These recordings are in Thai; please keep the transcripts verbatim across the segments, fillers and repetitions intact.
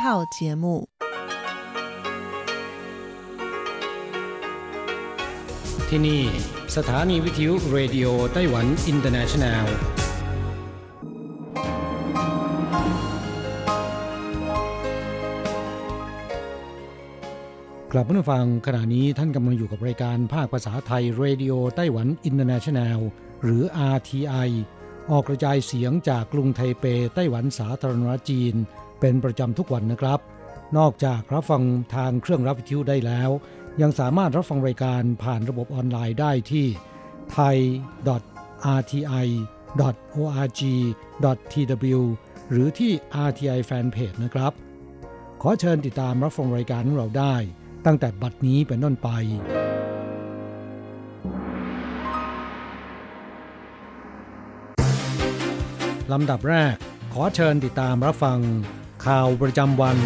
号节目。 ที่นี่สถานีวิทยุเรดิโอไต้หวันอินเตอร์เนชั่นแนลกลับมาฟังขณะนี้ท่านกำลังอยู่กับรายการภาคภาษาไทยเรดิโอไต้หวันอินเตอร์เนชั่นแนลหรือ อาร์ ที ไอ ออกกระจายเสียงจากกรุงไทเปไต้หวันสาธารณรัฐจีนเป็นประจำทุกวันนะครับนอกจากรับฟังทางเครื่องรับวิทยุได้แล้วยังสามารถรับฟังรายการผ่านระบบออนไลน์ได้ที่ ไทย ดอท อาร์ ที ไอ ดอท โอ อาร์ จี ดอท ที ดับเบิลยู หรือที่ อาร์ ที ไอ Fanpage นะครับขอเชิญติดตามรับฟังรายการของเราได้ตั้งแต่บัดนี้เป็นต้นไปลำดับแรกขอเชิญติดตามรับฟังข่าวประจำวัน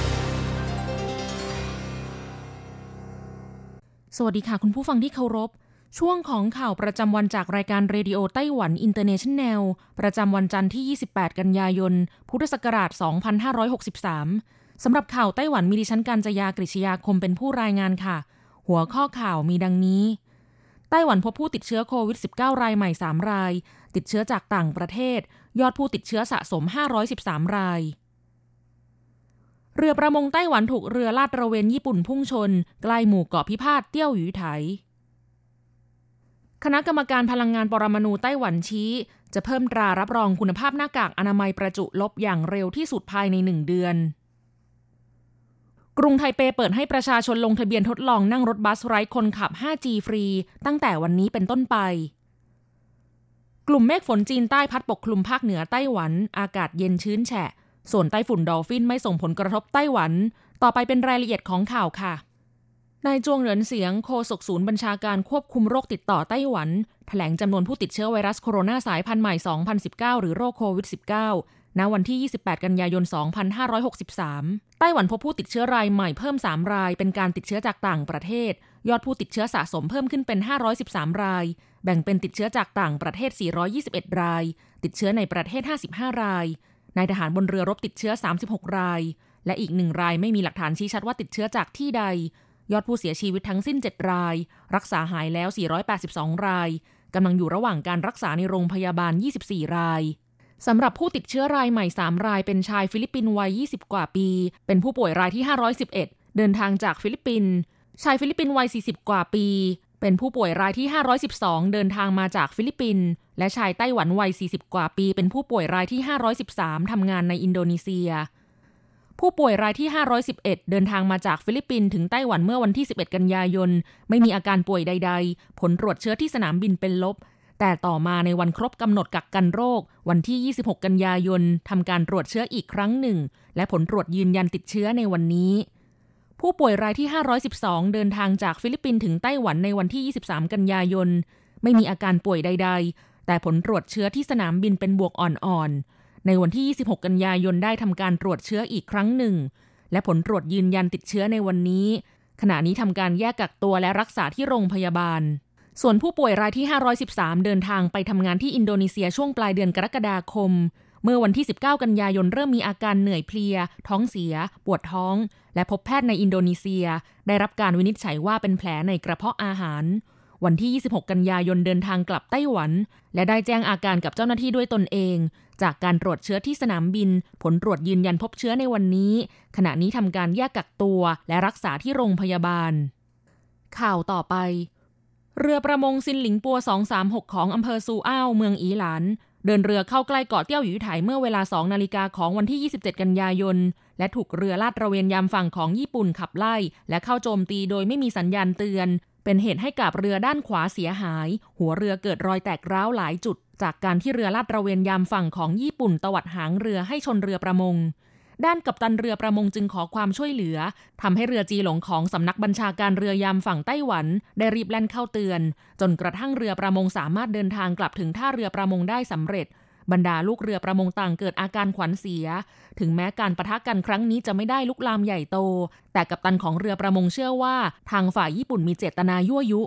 สวัสดีค่ะคุณผู้ฟังที่เคารพช่วงของข่าวประจำวันจากรายการเรดิโอไต้หวันอินเตอร์เนชั่นแนลประจำวันจันทร์ที่ยี่สิบแปดกันยายนพุทธศักราชสองพันห้าร้อยหกสิบสามสำหรับข่าวไต้หวันมีดิฉันกัญจยากฤษยาคมเป็นผู้รายงานค่ะหัวข้อข่าวมีดังนี้ไต้หวันพบผู้ติดเชื้อโควิด สิบเก้า รายใหม่สามรายติดเชื้อจากต่างประเทศยอดผู้ติดเชื้อสะสมห้าร้อยสิบสามรายเรือประมงไต้หวันถูกเรือลาดตระเวนญี่ปุ่นพุ่งชนใกล้หมู่เกาะพิพาทเตี้ยวหยูไถคณะกรรมการพลังงานปรมาณูไต้หวันชี้จะเพิ่มตรารับรองคุณภาพหน้ากากอนามัยประจุลบอย่างเร็วที่สุดภายในหนึ่งเดือนกรุงไทเปเปิดให้ประชาชนลงทะเบียนทดลองนั่งรถบัสไร้คนขับ ห้าจี ฟรีตั้งแต่วันนี้เป็นต้นไปกลุ่มเมฆฝนจีนใต้พัดปกคลุมภาคเหนือไต้หวันอากาศเย็นชื้นแฉะส่วนไต้ฝุ่นดอลฟินไม่ส่งผลกระทบไต้หวันต่อไปเป็นรายละเอียดของข่าวค่ะนายจวงเหรินเสียงโฆษกศูนย์บัญชาการควบคุมโรคติดต่อไต้หวันแถลงจำนวนผู้ติดเชื้อไวรัสโคโรนาสายพันธุ์ใหม่ สองพันสิบเก้า หรือโรคโควิด สิบเก้า ณ วันที่ ยี่สิบแปดกันยายนสองพันห้าร้อยหกสิบสามไต้หวันพบผู้ติดเชื้อรายใหม่เพิ่มสามรายเป็นการติดเชื้อจากต่างประเทศยอดผู้ติดเชื้อสะสมเพิ่มขึ้นเป็นห้าร้อยสิบสามรายแบ่งเป็นติดเชื้อจากต่างประเทศสี่ร้อยยี่สิบเอ็ดรายติดเชื้อในประเทศห้าสิบห้ารายนายทหารบนเรือรบติดเชื้อสามสิบหกรายและอีกหนึ่งรายไม่มีหลักฐานชี้ชัดว่าติดเชื้อจากที่ใดยอดผู้เสียชีวิตทั้งสิ้นเจ็ดรายรักษาหายแล้วสี่ร้อยแปดสิบสองรายกำลังอยู่ระหว่างการรักษาในโรงพยาบาลยี่สิบสี่รายสำหรับผู้ติดเชื้อรายใหม่สามรายเป็นชายฟิลิปปินส์วัยยี่สิบกว่าปีเป็นผู้ป่วยรายที่ห้าร้อยสิบเอ็ดเดินทางจากฟิลิปปินส์ชายฟิลิปปินส์วัยสี่สิบกว่าปีเป็นผู้ป่วยรายที่ห้าร้อยสิบสองเดินทางมาจากฟิลิปปินส์และชายไต้หวันวัยสี่สิบกว่าปีเป็นผู้ป่วยรายที่ห้าร้อยสิบสามทำงานในอินโดนีเซียผู้ป่วยรายที่ห้าร้อยสิบเอ็ดเดินทางมาจากฟิลิปปินส์ถึงไต้หวันเมื่อวันที่สิบเอ็ดกันยายนไม่มีอาการป่วยใดๆผลตรวจเชื้อที่สนามบินเป็นลบแต่ต่อมาในวันครบกำหนดกักกันโรควันที่ยี่สิบหกกันยายนทำการตรวจเชื้ออีกครั้งหนึ่งและผลตรวจยืนยันติดเชื้อในวันนี้ผู้ป่วยรายที่ห้าร้อยสิบสองเดินทางจากฟิลิปปินส์ถึงไต้หวันในวันที่ยี่สิบสามกันยายนไม่มีอาการป่วยใดๆแต่ผลตรวจเชื้อที่สนามบินเป็นบวกอ่อนๆในวันที่ยี่สิบหกกันยายนได้ทำการตรวจเชื้ออีกครั้งหนึ่งและผลตรวจยืนยันติดเชื้อในวันนี้ขณะนี้ทำการแยกกักตัวและรักษาที่โรงพยาบาลส่วนผู้ป่วยรายที่ห้าร้อยสิบสามเดินทางไปทำงานที่อินโดนีเซียช่วงปลายเดือนกรกฎาคมเมื่อวันที่สิบเก้ากันยายนเริ่มมีอาการเหนื่อยเพลียท้องเสียปวดท้องและพบแพทย์ในอินโดนีเซียได้รับการวินิจฉัยว่าเป็นแผลในกระเพาะอาหารวันที่ยี่สิบหกกันยายนเดินทางกลับไต้หวันและได้แจ้งอาการกับเจ้าหน้าที่ด้วยตนเองจากการตรวจเชื้อที่สนามบินผลตรวจยืนยันพบเชื้อในวันนี้ขณะนี้ทำการแยกกักตัวและรักษาที่โรงพยาบาลข่าวต่อไปเรือประมงซินหลิงปัวสองสามหกของอำเภอซูอ้าวเมืองอีหลานเดินเรือเข้าใกล้เกาะเตี้ยวหยูไถเมื่อเวลาสองนาฬิกาของวันที่ยี่สิบเจ็ดกันยายนและถูกเรือลาดตระเวนยามฝั่งของญี่ปุ่นขับไล่และเข้าโจมตีโดยไม่มีสัญญาณเตือนเป็นเหตุให้กับเรือด้านขวาเสียหายหัวเรือเกิดรอยแตกร้าวหลายจุดจากการที่เรือลาดตระเวนยามฝั่งของญี่ปุ่นตวัดหางเรือให้ชนเรือประมงด้านกัปตันเรือประมงจึงขอความช่วยเหลือทำให้เรือจีหลงของสำนักบัญชาการเรือยามฝั่งไต้หวันได้รีบแล่นเข้าเตือนจนกระทั่งเรือประมงสามารถเดินทางกลับถึงท่าเรือประมงได้สำเร็จบรรดาลูกเรือประมงต่างเกิดอาการขวัญเสียถึงแม้การปะทะกันครั้งนี้จะไม่ได้ลุกลามใหญ่โตแต่กัปตันของเรือประมงเชื่อว่าทางฝ่ายญี่ปุ่นมีเจตนายั่วยุ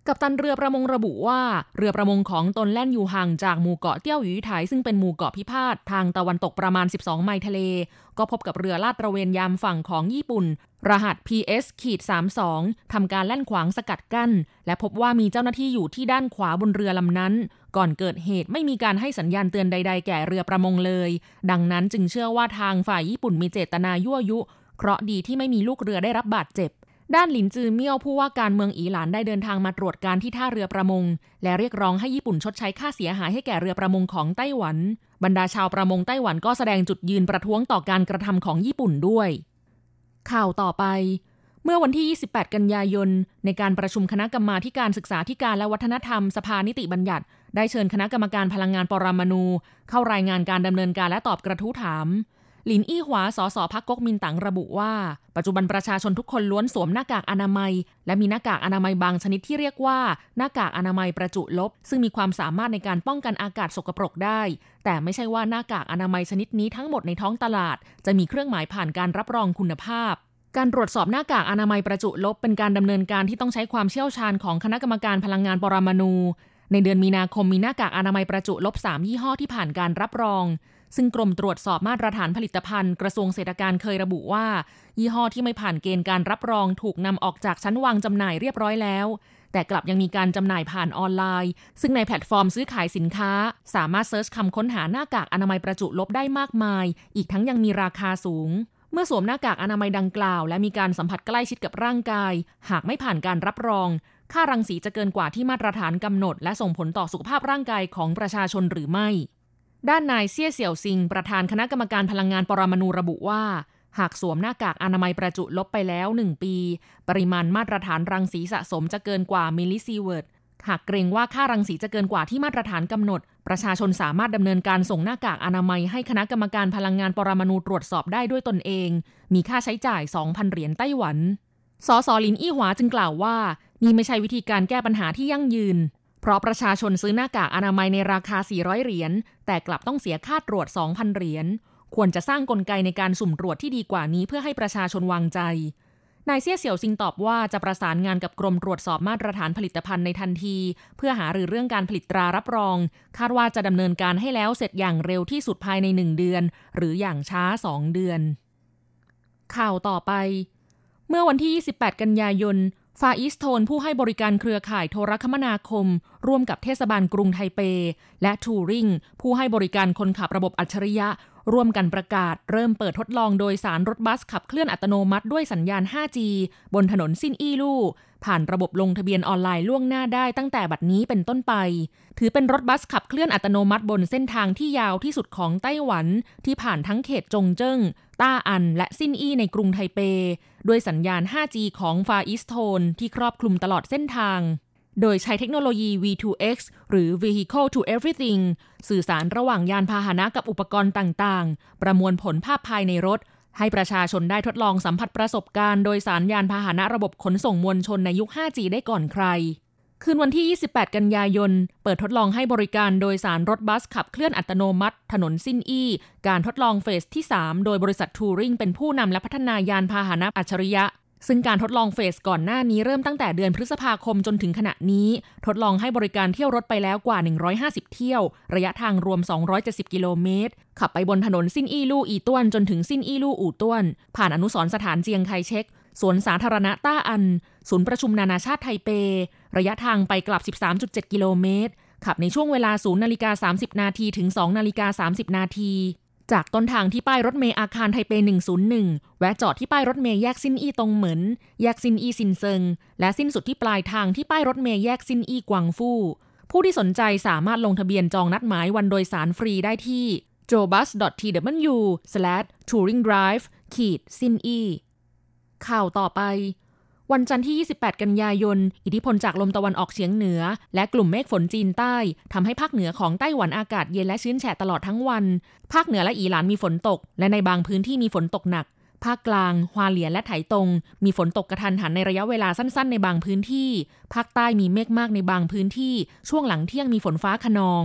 กัปตันเรือประมงระบุว่าเรือประมงของตนแล่นอยู่ห่างจากหมู่เกาะเตี้ยวหยีไถซึ่งเป็นหมู่เกาะพิพาททางตะวันตกประมาณสิบสองไมล์ทะเลก็พบกับเรือลาดตระเวนยามฝั่งของญี่ปุ่นรหัส พี เอส สามสิบสอง ทำการแล่นขวางสกัดกั้นและพบว่ามีเจ้าหน้าที่อยู่ที่ด้านขวาบนเรือลำนั้นก่อนเกิดเหตุไม่มีการให้สัญญาณเตือนใดๆแก่เรือประมงเลยดังนั้นจึงเชื่อว่าทางฝ่ายญี่ปุ่นมีเจตนายั่วยุเคราะห์ดีที่ไม่มีลูกเรือได้รับบาดเจ็บด้านหลินจือเมี่ยวผู้ว่าการเมืองอีหลานได้เดินทางมาตรวจการที่ท่าเรือประมงและเรียกร้องให้ญี่ปุ่นชดใช้ค่าเสียหายให้แก่เรือประมงของไต้หวันบรรดาชาวประมงไต้หวันก็แสดงจุดยืนประท้วงต่อการกระทำของญี่ปุ่นด้วยข่าวต่อไปเมื่อวันที่ยี่สิบแปดกันยายนในการประชุมคณะกรรมาธิการศึกษาธิการและวัฒนธรรมสภานิติบัญญัติได้เชิญคณะกรรมการพลังงานปรมาณูเข้ารายงานการดำเนินการและตอบกระทู้ถามหลินอี้หวาสสพรรคก๊กมินตั๋งระบุว่าปัจจุบันประชาชนทุกคนล้วนสวมหน้ากากอนามัยและมีหน้ากากอนามัยบางชนิดที่เรียกว่าหน้ากากอนามัยประจุลบซึ่งมีความสามารถในการป้องกันอากาศสกปรกได้แต่ไม่ใช่ว่าหน้ากากอนามัยชนิดนี้ทั้งหมดในท้องตลาดจะมีเครื่องหมายผ่านการรับรองคุณภาพการตรวจสอบหน้ากากอนามัยประจุลบเป็นการดำเนินการที่ต้องใช้ความเชี่ยวชาญของคณะกรรมการพลังงานปรมาณูในเดือนมีนาคมมีหน้ากากอนามัยประจุลบสามยี่ห้อที่ผ่านการรับรองซึ่งกรมตรวจสอบมาตรฐานผลิตภัณฑ์กระทรวงเศรษฐกิจเคยระบุว่ายี่ห้อที่ไม่ผ่านเกณฑ์การรับรองถูกนำออกจากชั้นวางจำหน่ายเรียบร้อยแล้วแต่กลับยังมีการจำหน่ายผ่านออนไลน์ซึ่งในแพลตฟอร์มซื้อขายสินค้าสามารถเซิร์ชคำค้นหาหน้ากากอนามัยประจุลบได้มากมายอีกทั้งยังมีราคาสูงเมื่อสวมหน้ากากอนามัยดังกล่าวและมีการสัมผัสใกล้ชิดกับร่างกายหากไม่ผ่านการรับรองค่ารังสีจะเกินกว่าที่มาตรฐานกำหนดและส่งผลต่อสุขภาพร่างกายของประชาชนหรือไม่ด้านนายเซี่ยเสี่ยวซิงประธานคณะกรรมการพลังงานปรมาณูระบุว่าหากสวมหน้ากากอนามัยประจุลบไปแล้วหนึ่งปีปริมาณมาตรฐานรังสีสะสมจะเกินกว่ามิลลิซีเวิร์ตหากเกรงว่าค่ารังสีจะเกินกว่าที่มาตรฐานกำหนดประชาชนสามารถดำเนินการส่งหน้ากากอนามัยให้คณะกรรมการพลังงานปรมาณูตรวจสอบได้ด้วยตนเองมีค่าใช้จ่าย สองพัน เหรียญไต้หวันสสหลินอี้หวาจึงกล่าวว่านี่ไม่ใช่วิธีการแก้ปัญหาที่ยั่งยืนเพราะประชาชนซื้อหน้ากากอนามัยในราคาสี่ร้อยเหรียญแต่กลับต้องเสียค่าตรวจ สองพัน เหรียญควรจะสร้างกลไกในการสุ่มตรวจที่ดีกว่านี้เพื่อให้ประชาชนวางใจนายเซี่ยเสี่ยวซิงตอบว่าจะประสานงานกับกรมตรวจสอบมาตรฐานผลิตภัณฑ์ในทันทีเพื่อหารือเรื่องการผลิตตรารับรองคาดว่าจะดำเนินการให้แล้วเสร็จอย่างเร็วที่สุดภายในหนึ่งเดือนหรืออย่างช้าสองเดือนข่าวต่อไปเมื่อวันที่ยี่สิบแปดกันยายนฟาอีสโทนผู้ให้บริการเครือข่ายโทรคมนาคมร่วมกับเทศบาลกรุงไทเปและทูริงผู้ให้บริการคนขับระบบอัจฉริยะร่วมกันประกาศเริ่มเปิดทดลองโดยสารรถบัสขับเคลื่อนอัตโนมัติด้วยสัญญาณ ห้าจี บนถนนซินอี้ลู่ผ่านระบบลงทะเบียนออนไลน์ล่วงหน้าได้ตั้งแต่บัดนี้เป็นต้นไปถือเป็นรถบัสขับเคลื่อนอัตโนมัติบนเส้นทางที่ยาวที่สุดของไต้หวันที่ผ่านทั้งเขตจงเจิ้งต้าอันและซินอี้ในกรุงไทเปด้วยสัญญาณ ห้าจี ของ Far East Tone ที่ครอบคลุมตลอดเส้นทางโดยใช้เทคโนโลยี วี ทู เอ็กซ์ หรือ Vehicle to Everything สื่อสารระหว่างยานพาหนะกับอุปกรณ์ต่างๆประมวลผลภาพภายในรถให้ประชาชนได้ทดลองสัมผัสประสบการณ์โดยสารยานพาหนะระบบขนส่งมวลชนในยุค ห้าจี ได้ก่อนใครคืนวันที่ยี่สิบแปดกันยายนเปิดทดลองให้บริการโดยสารรถบัสขับเคลื่อนอัตโนมัติถนนซินอี้การทดลองเฟสที่สามโดยบริษัททูริงเป็นผู้นำและพัฒนายานพาหนะอัจฉริยะซึ่งการทดลองเฟสก่อนหน้านี้เริ่มตั้งแต่เดือนพฤษภาคมจนถึงขณะนี้ทดลองให้บริการเที่ยวรถไปแล้วกว่าหนึ่งร้อยห้าสิบเที่ยวระยะทางรวมสองร้อยเจ็ดสิบกิโลเมตรขับไปบนถนนซินอี้ลู่อีต้วนจนถึงซินอี้ลู่อู่ต้วนผ่านอนุสรณ์สถานเจียงไคเชกสวนสาธารณะต้าอันศูนย์ประชุมนานาชาติไทเประยะทางไปกลับ สิบสามจุดเจ็ด กิโลเมตรขับในช่วงเวลา ศูนย์นาฬิกาสามสิบนาทีถึง สองนาฬิกาสามสิบนาทีจากต้นทางที่ป้ายรถเมล์อาคารไทเปหนึ่งศูนย์หนึ่งแวะจอดที่ป้ายรถเมล์แยกซินอี้ตงเหมินแยกซินอี้ซินเซิงและสิ้นสุดที่ปลายทางที่ป้ายรถเมล์แยกซินอี้กวางฟู่ผู้ที่สนใจสามารถลงทะเบียนจองนัดหมายวันโดยสารฟรีได้ที่ โจบัส ดอท ที ดับเบิลยู สแลช ทูริงไดรฟ์ ซินอี้ ข่าวต่อไปวันจันทร์ที่ยี่สิบแปดกันยายนอิทธิพลจากลมตะวันออกเฉียงเหนือและกลุ่มเมฆฝนจีนใต้ทำให้ภาคเหนือของไต้หวันอากาศเย็นและชื้นแฉะตลอดทั้งวันภาคเหนือและอีหลานมีฝนตกและในบางพื้นที่มีฝนตกหนักภาคกลางฮวาเหลียนและไถตงมีฝนตกกระทันหันในระยะเวลาสั้นๆในบางพื้นที่ภาคใต้มีเมฆมากในบางพื้นที่ช่วงหลังเที่ยงมีฝนฟ้าคะนอง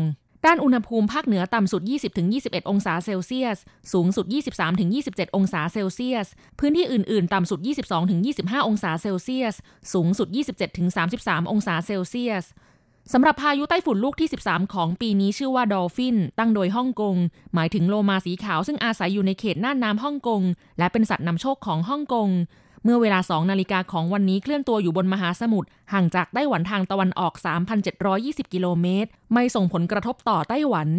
ด้านอุณหภูมิภาคเหนือต่ำสุด ยี่สิบถึงยี่สิบเอ็ด องศาเซลเซียสสูงสุด ยี่สิบสามถึงยี่สิบเจ็ด องศาเซลเซียสพื้นที่อื่นๆต่ำสุด ยี่สิบสองถึงยี่สิบห้า องศาเซลเซียสสูงสุด ยี่สิบเจ็ดถึงสามสิบสาม องศาเซลเซียสสำหรับพายุไต้ฝุ่นลูกที่สิบสามของปีนี้ชื่อว่าดอลฟินตั้งโดยฮ่องกงหมายถึงโลมาสีขาวซึ่งอาศัยอยู่ในเขตน่านน้ำฮ่องกงและเป็นสัตว์นำโชคของฮ่องกงเมื่อเวลา สองนาฬิกาของวันนี้เคลื่อนตัวอยู่บนมหาสมุทรห่างจากไต้หวันทางตะวันออก สามพันเจ็ดร้อยยี่สิบ กิโลเมตรไม่ส่งผลกระทบต่อไต้หวัน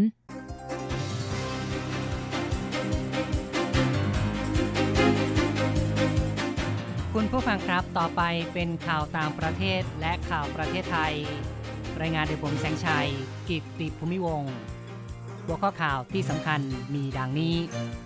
คุณผู้ฟังครับต่อไปเป็นข่าวต่างประเทศและข่าวประเทศไทยรายงานโดยผมแสงชัยกิตติภูมิวงศ์หัวข้อข่าวที่สำคัญมีดังนี้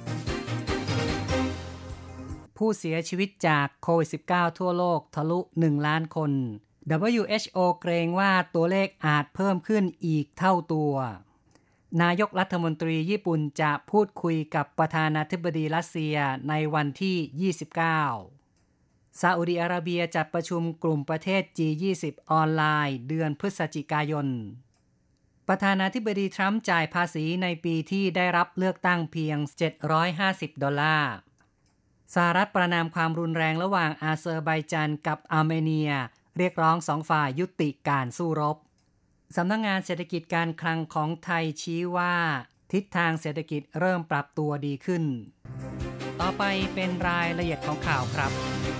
ผู้เสียชีวิตจากโควิด สิบเก้า ทั่วโลกทะลุหนึ่งล้านคน ดับเบิลยู เอช โอ เกรงว่าตัวเลขอาจเพิ่มขึ้นอีกเท่าตัวนายกรัฐมนตรีญี่ปุ่นจะพูดคุยกับประธานาธิบดีรัสเซียในวันที่ยี่สิบเก้าซาอุดิอาระเบียจัดประชุมกลุ่มประเทศ จี ยี่สิบ ออนไลน์เดือนพฤศจิกายนประธานาธิบดีทรัมป์จ่ายภาษีในปีที่ได้รับเลือกตั้งเพียงเจ็ดร้อยห้าสิบดอลลาร์สหรัฐประณามความรุนแรงระหว่างอาเซอร์ไบจานกับอาร์เมเนียเรียกร้องสองฝ่ายยุติการสู้รบสำนักงานเศรษฐกิจการคลังของไทยชี้ว่าทิศทางเศรษฐกิจเริ่มปรับตัวดีขึ้นต่อไปเป็นรายละเอียดของข่าวครับ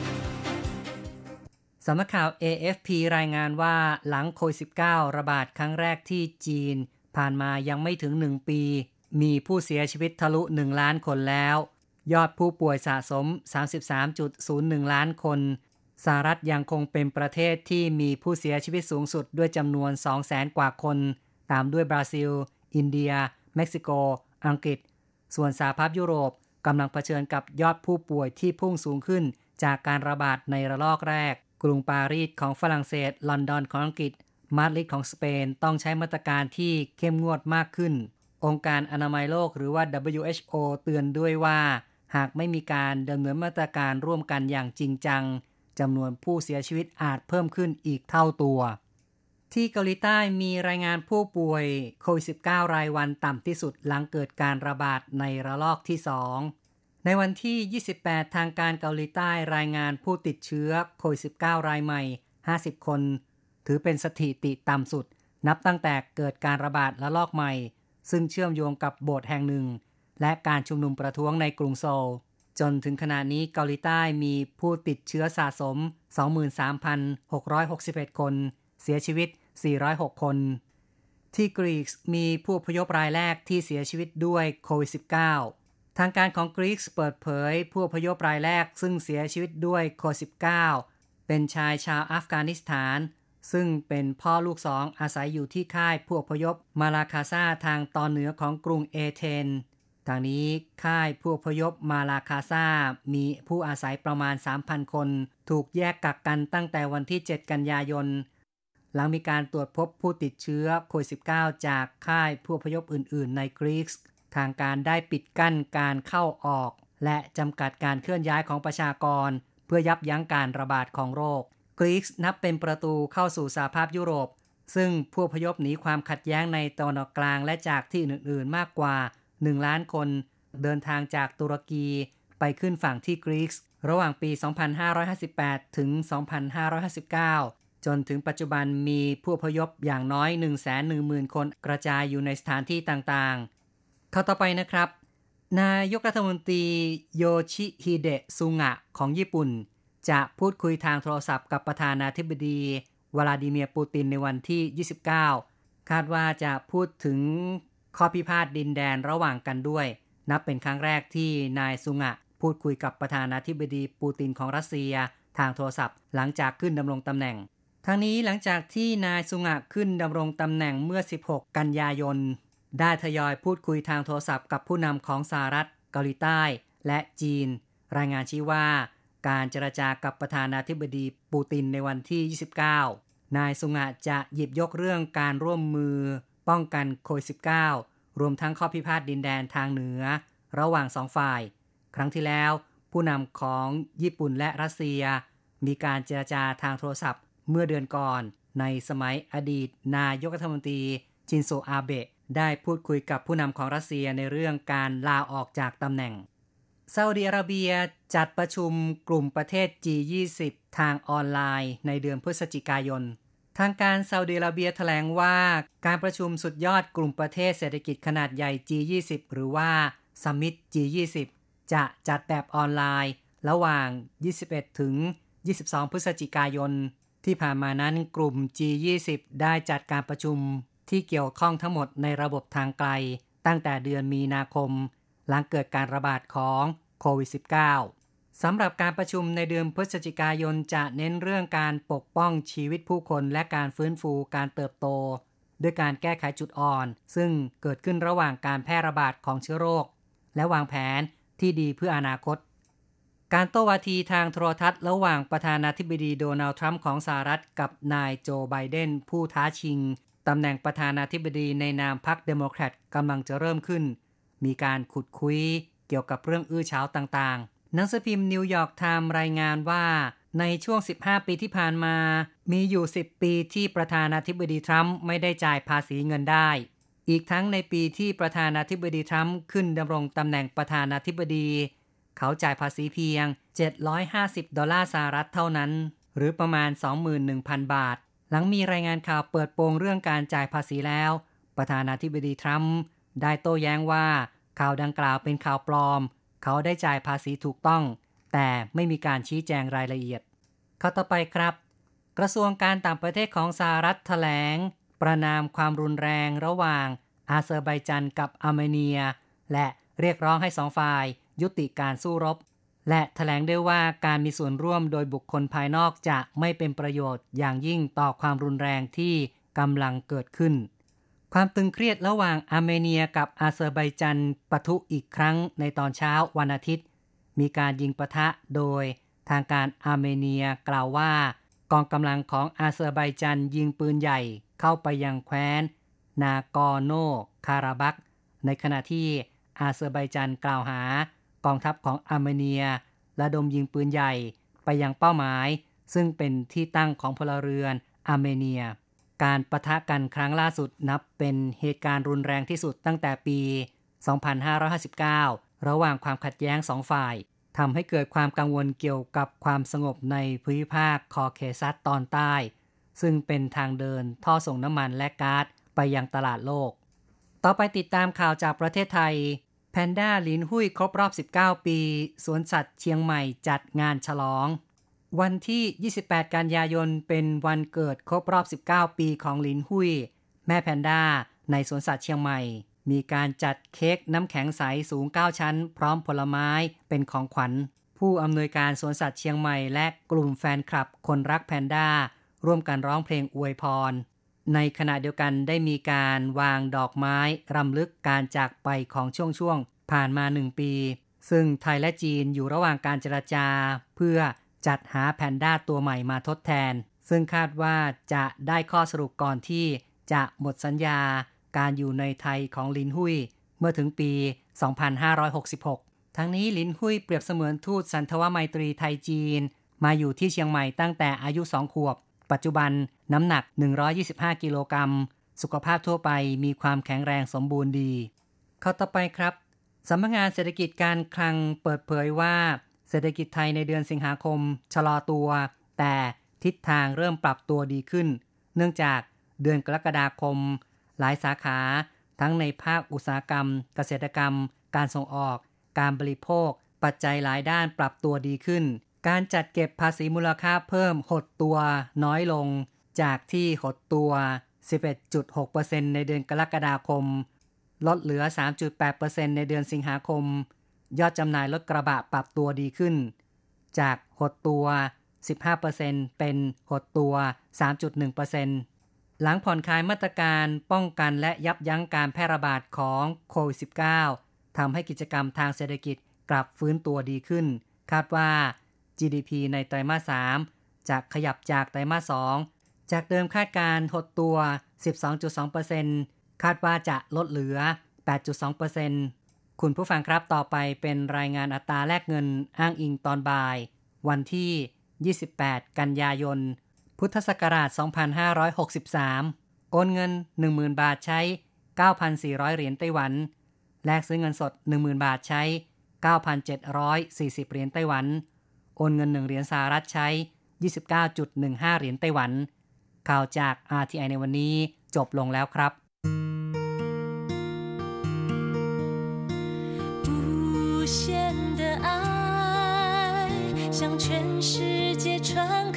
สำนักข่าว เอ เอฟ พี รายงานว่าหลังโควิด สิบเก้า ระบาดครั้งแรกที่จีนผ่านมายังไม่ถึงหนึ่งปีมีผู้เสียชีวิตทะลุหนึ่งล้านคนแล้วยอดผู้ป่วยสะสม สามสิบสามจุดศูนย์หนึ่ง ล้านคนสหรัฐยังคงเป็นประเทศที่มีผู้เสียชีวิตสูงสุดด้วยจำนวน สองแสน กว่าคนตามด้วยบราซิลอินเดียเม็กซิโกอังกฤษส่วนสหภาพยุโรปกำลังเผชิญกับยอดผู้ป่วยที่พุ่งสูงขึ้นจากการระบาดในระลอกแรกกรุงปารีสของฝรั่งเศสลอนดอนของอังกฤษมาดริดของสเปนต้องใช้มาตรการที่เข้มงวดมากขึ้นองค์การอนามัยโลกหรือว่า ดับเบิลยู เอช โอ เตือนด้วยว่าหากไม่มีการดำเนินมาตรการร่วมกันอย่างจริงจังจำนวนผู้เสียชีวิตอาจเพิ่มขึ้นอีกเท่าตัวที่เกาหลีใต้มีรายงานผู้ป่วยโควิด สิบเก้า รายวันต่ำที่สุดหลังเกิดการระบาดในระลอกที่สองในวันที่ยี่สิบแปดทางการเกาหลีใต้รายงานผู้ติดเชื้อโควิด สิบเก้า รายใหม่ห้าสิบคนถือเป็นสถิติต่ำสุดนับตั้งแต่เกิดการระบาดระลอกใหม่ซึ่งเชื่อมโยงกับโบสถ์แห่งหนึ่งและการชุมนุมประท้วงในกรุงโซลจนถึงขณะนี้เกาหลีใต้มีผู้ติดเชื้อสะสม สองหมื่นสามพันหกร้อยหกสิบเอ็ด คนเสียชีวิตสี่ร้อยหกคนที่กรีซมีผู้อพยพรายแรกที่เสียชีวิตด้วยโควิด สิบเก้า ทางการของกรีซเปิดเผยผู้อพยพรายแรกซึ่งเสียชีวิตด้วยโควิด สิบเก้า เป็นชายชาวอัฟกานิสถานซึ่งเป็นพ่อลูกสองอาศัยอยู่ที่ค่ายผู้อพยพมาลาคาซาทางตอนเหนือของกรุงเอเธนทางนี้ค่ายผู้อพยพมาลาคาซามีผู้อาศัยประมาณ สามพัน คนถูกแยกกักกันตั้งแต่วันที่เจ็ดกันยายนหลังมีการตรวจพบผู้ติดเชื้อโควิด สิบเก้า จากค่ายผู้อพยพอื่นๆในกรีซทางการได้ปิดกั้นการเข้าออกและจำกัดการเคลื่อนย้ายของประชากรเพื่อยับยั้งการระบาดของโรคกรีซนับเป็นประตูเข้าสู่สหภาพยุโรปซึ่งผู้อพยพหนีความขัดแย้งในตะวันออกกลางและจากที่อื่นๆมากกว่าหนึ่งล้านคนเดินทางจากตุรกีไปขึ้นฝั่งที่กรีซระหว่างปี สองพันห้าร้อยห้าสิบแปด ถึง สองพันห้าร้อยห้าสิบเก้า จนถึงปัจจุบันมีผู้อพยพอย่างน้อย หนึ่งแสนหนึ่งหมื่น คนกระจายอยู่ในสถานที่ต่างๆเข้าต่อไปนะครับนายกรัฐมนตรีโยชิฮิเดะซุงะของญี่ปุ่นจะพูดคุยทางโทรศัพท์กับประธานาธิบดีวลาดิเมียร์ปูตินในวันที่ยี่สิบเก้าคาดว่าจะพูดถึงข้อพิพาทดินแดนระหว่างกันด้วยนับเป็นครั้งแรกที่นายซุงะพูดคุยกับประธานาธิบดีปูตินของรัสเซียทางโทรศัพท์หลังจากขึ้นดำรงตำแหน่งทั้งนี้หลังจากที่นายซุงะขึ้นดำรงตำแหน่งเมื่อสิบหกกันยายนได้ทยอยพูดคุยทางโทรศัพท์กับผู้นำของสหรัฐเกาหลีใต้และจีนรายงานชี้ว่าการเจรจากับประธานาธิบดีปูตินในวันที่ยี่สิบเก้านายซุงะจะหยิบยกเรื่องการร่วมมือป้องกันโควิด สิบเก้ารวมทั้งข้อพิพาทดินแดนทางเหนือระหว่างสองฝ่ายครั้งที่แล้วผู้นำของญี่ปุ่นและรัสเซียมีการเจรจาทางโทรศัพท์เมื่อเดือนก่อนในสมัยอดีตนายกรัฐมนตรีชินโซอาเบะได้พูดคุยกับผู้นำของรัสเซียในเรื่องการลาออกจากตำแหน่งซาอุดิอาระเบียจัดประชุมกลุ่มประเทศ จี ยี่สิบ ทางออนไลน์ในเดือนพฤศจิกายนทางการซาอุดิอาระเบียแถลงว่าการประชุมสุดยอดกลุ่มประเทศเศรษฐกิจขนาดใหญ่ จี ยี่สิบ หรือว่า Summit จี ยี่สิบ จะจัดแบบออนไลน์ระหว่าง ยี่สิบเอ็ด ถึง ยี่สิบสอง พฤศจิกายนที่ผ่านมานั้นกลุ่ม จี ยี่สิบ ได้จัดการประชุมที่เกี่ยวข้องทั้งหมดในระบบทางไกลตั้งแต่เดือนมีนาคมหลังเกิดการระบาดของโควิด สิบเก้า สำหรับการประชุมในเดือนพฤศจิกายนจะเน้นเรื่องการปกป้องชีวิตผู้คนและการฟื้นฟูการเติบโตด้วยการแก้ไขจุดอ่อนซึ่งเกิดขึ้นระหว่างการแพร่ระบาดของเชื้อโรคและวางแผนที่ดีเพื่ออนาคตการโต้วาทีทางโทรทัศน์ระหว่างประธานาธิบดีโดนัลด์ทรัมป์ของสหรัฐกับนายโจไบเดนผู้ท้าชิงตำแหน่งประธานาธิบดีในนามพรรคเดโมแครตกำลังจะเริ่มขึ้นมีการขุดคุยเกี่ยวกับเรื่องอื้อฉาวต่างๆหนังสือพิมพ์นิวยอร์กไทม์รายงานว่าในช่วงสิบห้าปีที่ผ่านมามีอยู่สิบปีที่ประธานาธิบดีทรัมป์ไม่ได้จ่ายภาษีเงินได้อีกทั้งในปีที่ประธานาธิบดีทรัมป์ขึ้นดำรงตำแหน่งประธานาธิบดีเขาจ่ายภาษีเพียงเจ็ดร้อยห้าสิบดอลลาร์สหรัฐเท่านั้นหรือประมาณ สองหมื่นหนึ่งพัน บาทหลังมีรายงานข่าวเปิดโปงเรื่องการจ่ายภาษีแล้วประธานาธิบดีทรัมป์ได้โต้แย้งว่าข่าวดังกล่าวเป็นข่าวปลอมเขาได้จ่ายภาษีถูกต้องแต่ไม่มีการชี้แจงรายละเอียดข้อต่อไปครับกระทรวงการต่างประเทศของสหรัฐแถลงประณามความรุนแรงระหว่างอาเซอร์ไบจันกับอาร์เมเนียและเรียกร้องให้สองฝ่ายยุติการสู้รบและแถลงด้วยว่าการมีส่วนร่วมโดยบุคคลภายนอกจะไม่เป็นประโยชน์อย่างยิ่งต่อความรุนแรงที่กำลังเกิดขึ้นความตึงเครียดระหว่างอาร์เมเนียกับอาเซอร์ไบจันปะทุอีกครั้งในตอนเช้าวันอาทิตย์มีการยิงปะทะโดยทางการอาร์เมเนียกล่าวว่ากองกำลังของอาเซอร์ไบจันยิงปืนใหญ่เข้าไปยังแคว้นนากอร์โนคาราบัคในขณะที่อาเซอร์ไบจันกล่าวหากองทัพของอาร์เมเนียระดมยิงปืนใหญ่ไปยังเป้าหมายซึ่งเป็นที่ตั้งของพลเรือนอาร์เมเนียการปะทะกันครั้งล่าสุดนับเป็นเหตุการณ์รุนแรงที่สุดตั้งแต่ปี สองพันห้าร้อยห้าสิบเก้า ระหว่างความขัดแย้งสองฝ่ายทำให้เกิดความกังวลเกี่ยวกับความสงบในภูมิภาคคอเคซัสตอนใต้ซึ่งเป็นทางเดินท่อส่งน้ำมันและก๊าซไปยังตลาดโลกต่อไปติดตามข่าวจากประเทศไทยแพนด้าลินหุ้ยครบรอบสิบเก้าปีสวนสัตว์เชียงใหม่จัดงานฉลองวันที่ยี่สิบแปดกันยายนเป็นวันเกิดครบรอบสิบเก้าปีของลินหุ้ยแม่แพนด้าในสวนสัตว์เชียงใหม่มีการจัดเค้กน้ำแข็งใสสูงเก้าชั้นพร้อมผลไม้เป็นของขวัญผู้อำนวยการสวนสัตว์เชียงใหม่และกลุ่มแฟนคลับคนรักแพนด้าร่วมกันร้องเพลงอวยพรในขณะเดียวกันได้มีการวางดอกไม้รำลึกการจากไปของช่วงๆผ่านมาหนึ่งปีซึ่งไทยและจีนอยู่ระหว่างการเจรจาเพื่อจัดหาแพนด้าตัวใหม่มาทดแทนซึ่งคาดว่าจะได้ข้อสรุปก่อนที่จะหมดสัญญาการอยู่ในไทยของลินหุ้ยเมื่อถึงปี สองพันห้าร้อยหกสิบหก ทั้งนี้ลินหุ้ยเปรียบเสมือนทูตสันทวไมตรีไทยจีนมาอยู่ที่เชียงใหม่ตั้งแต่อายุสองขวบปัจจุบันน้ำหนักหนึ่งร้อยยี่สิบห้ากิโลกรัมสุขภาพทั่วไปมีความแข็งแรงสมบูรณ์ดีข้อต่อไปครับสำนักงานเศรษฐกิจการคลังเปิดเผยว่าเศรษฐกิจไทยในเดือนสิงหาคมชะลอตัวแต่ทิศทางเริ่มปรับตัวดีขึ้นเนื่องจากเดือนกรกฎาคมหลายสาขาทั้งในภาคอุตสาหกรรมเกษตรกรรมการส่งออกการบริโภคปัจจัยหลายด้านปรับตัวดีขึ้นการจัดเก็บภาษีมูลค่าเพิ่มหดตัวน้อยลงจากที่หดตัว สิบเอ็ดจุดหกเปอร์เซ็นต์ ในเดือนกรกฎาคมลดเหลือ สามจุดแปดเปอร์เซ็นต์ ในเดือนสิงหาคมยอดจำหน่ายรถกระบะปรับตัวดีขึ้นจากหดตัว สิบห้าเปอร์เซ็นต์ เป็นหดตัว สามจุดหนึ่งเปอร์เซ็นต์ หลังผ่อนคลายมาตรการป้องกันและยับยั้งการแพร่ระบาดของโควิด สิบเก้า ทำให้กิจกรรมทางเศรษฐกิจกลับฟื้นตัวดีขึ้นคาดว่า จี ดี พี ในไตรมาสสามจะขยับจากไตรมาสสองจากเดิมคาดการหดตัว สิบสองจุดสองเปอร์เซ็นต์ คาดว่าจะลดเหลือ แปดจุดสองเปอร์เซ็นต์ คุณผู้ฟังครับต่อไปเป็นรายงานอัตราแลกเงินอ้างอิงตอนบ่ายวันที่ยี่สิบแปดกันยายนพุทธศักราชสองพันห้าร้อยหกสิบสามโอนเงิน หนึ่งหมื่น บาทใช้เก้าพันสี่ร้อย เหรียญไต้หวันแลกซื้อเงินสด หนึ่งหมื่น บาทใช้ เก้าพันเจ็ดร้อยสี่สิบ เหรียญไต้หวันโอนเงินหนึ่งเหรียญสหรัฐใช้ ยี่สิบเก้าจุดหนึ่งห้า เหรียญไต้หวันข่าวจาก อาร์ ที ไอ ในวันนี้จบลงแล้วครับ向全世界传开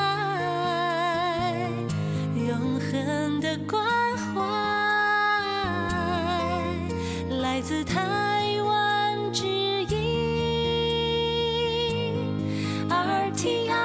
永恒的关怀来自台湾之音 อาร์ ที ไอ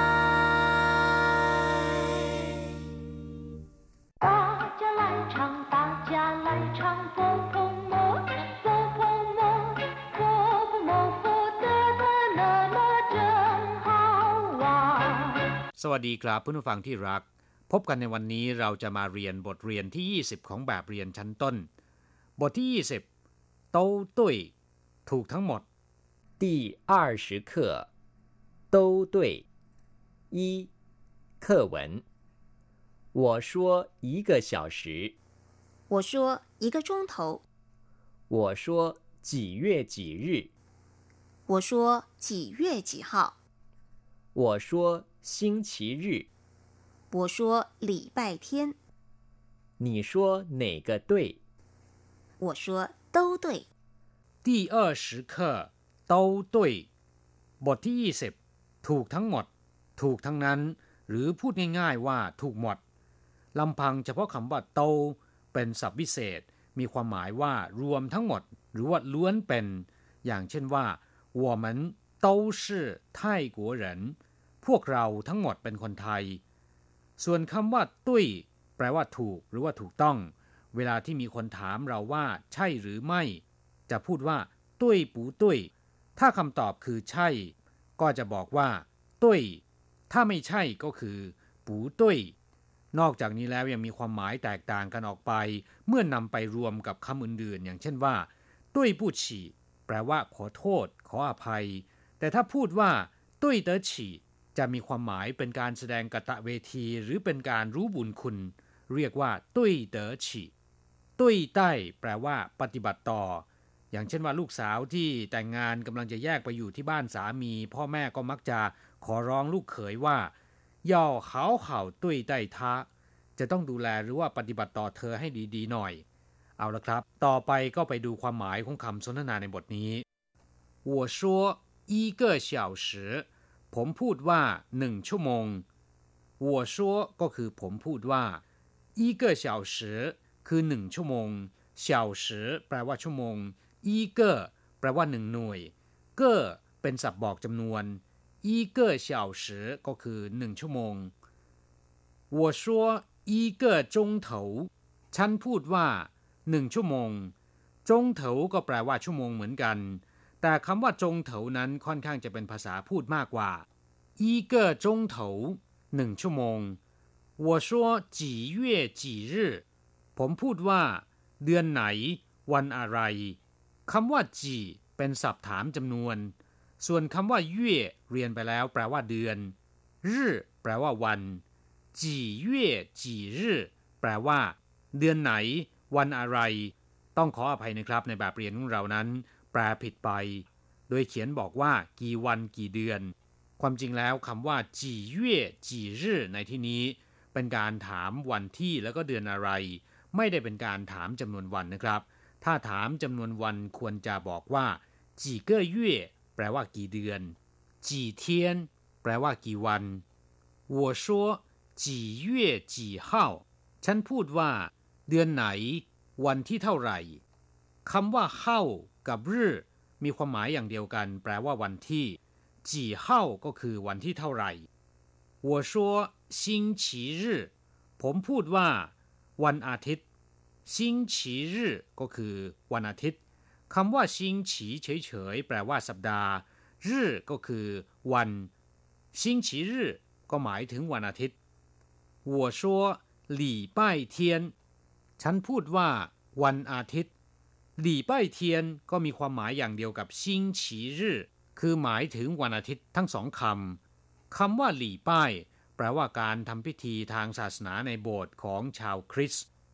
大家来唱大家来唱佛佛摩佛佛摩佛佛摩佛得得那么真好玩สวัสดีครับผู้ฟังที่รักพบกันในวันนี้เราจะมาเรียนบทเรียนที่ยี่สิบของแบบเรียนชั้นต้นบทที่ยี่สิบโต้ตุ้ยถูกทั้งหมด第二十课都对一课文我说一个小时我说一个钟头我说几月几日我说几月几号我说星期日我说礼拜天你说哪个对我说都对第二十课โต้ตุ้ยบทที่ยี่สิบถูกทั้งหมดถูกทั้งนั้นหรือพูดง่ายๆว่าถูกหมดลำพังเฉพาะคำว่าโตเป็นศัพท์วิเศษมีความหมายว่ารวมทั้งหมดหรือว่าล้วนเป็นอย่างเช่นว่า我们都是泰国人พวกเราทั้งหมดเป็นคนไทยส่วนคำว่าตุ้ยแปลว่าถูกหรือว่าถูกต้องเวลาที่มีคนถามเราว่าใช่หรือไม่จะพูดว่าตุ้ยปูตุ้ยถ้าคำตอบคือใช่ก็จะบอกว่าตุ้ยถ้าไม่ใช่ก็คือปูตุ้ยนอกจากนี้แล้วยังมีความหมายแตกต่างกันออกไปเมื่อนำไปรวมกับคำอื่นๆอย่างเช่นว่าตุ้ยผู้ฉี่แปลว่าขอโทษขออภัยแต่ถ้าพูดว่าตุ้ยเต๋อฉี่จะมีความหมายเป็นการแสดงกตเวทีหรือเป็นการรู้บุญคุณเรียกว่าตุ้ยเต๋อฉี่ตุ้ยใต้แปลว่าปฏิบัติต่ออย่างเช่นว่าลูกสาวที่แต่งงานกำลังจะแยกไปอยู่ที่บ้านสามีพ่อแม่ก็มักจะขอร้องลูกเขยว่าย่อเขาเข่าตุ้ยใต้ท้าจะต้องดูแลหรือว่าปฏิบัติต่อเธอให้ดีๆหน่อยเอาละครับต่อไปก็ไปดูความหมายของคำสนทนาในบทนี้我说一个小时ผมพูดว่าหนึ่งชั่วโมง我说ก็คือผมพูดว่า一个小时คือหนึ่งชั่วโมง小时แปลว่าชั่วโมง一个แปลว่าหนึ่งหน่วยเก้อเป็นศัพท์บอกจำนวน一个小时ก็คือหนึ่งชั่วโมง我说一个钟头ฉันพูดว่าหนึ่งชั่วโมงจงเถาก็แปลว่าชั่วโมงเหมือนกันแต่คำว่าจงเถานั้นค่อนข้างจะเป็นภาษาพูดมากกว่า一个钟头หนึ่งชั่วโมง我说几月几日ผมพูดว่าเดือนไหนวันอะไรคำว่าจีเป็นศัพท์ถามจำนวนส่วนคำว่าเย่เรียนไปแล้วแปลว่าเดือนรื่แปลว่าวันจีเย่จีรื่แปลว่าเดือนไหนวันอะไรต้องขออภัยนะครับในแบบเรียนของเรานั้นแปลผิดไปโดยเขียนบอกว่ากี่วันกี่เดือนความจริงแล้วคำว่าจีเย่จีรื่ในที่นี้เป็นการถามวันที่แล้วก็เดือนอะไรไม่ได้เป็นการถามจำนวนวันนะครับถ้าถามจำนวนวันควรจะบอกว่าจีเก้อเย่แปลว่ากี่เดือนจีเทียนแปลว่ากี่วัน我说几月几号ฉันพูดว่าเดือนไหนวันที่เท่าไหร่คำว่าเฮ้ากับรื่อมีความหมายอย่างเดียวกันแปลว่าวันที่จีเฮ้าก็คือวันที่เท่าไหร่我说星期日ผมพูดว่าวันอาทิตย์星期日ก็คือวันอาทิตย์คำว่า星期เฉยๆแปลว่าสัปดาห์รื่อก็คือวัน星期日ก็หมายถึงวันอาทิตย์我说礼拜天ฉันพูดว่าวันอาทิตย์หลี่ป้ายเทียนก็มีความหมายอย่างเดียวกับซิงฉีรื่อคือหมายถึงวันอาทิตย์ทั้งสองคำคำว่าหลี่ป้ายแปลว่าการทำพิธีทางศาสนาในโบสถ์ของชาวคริสต์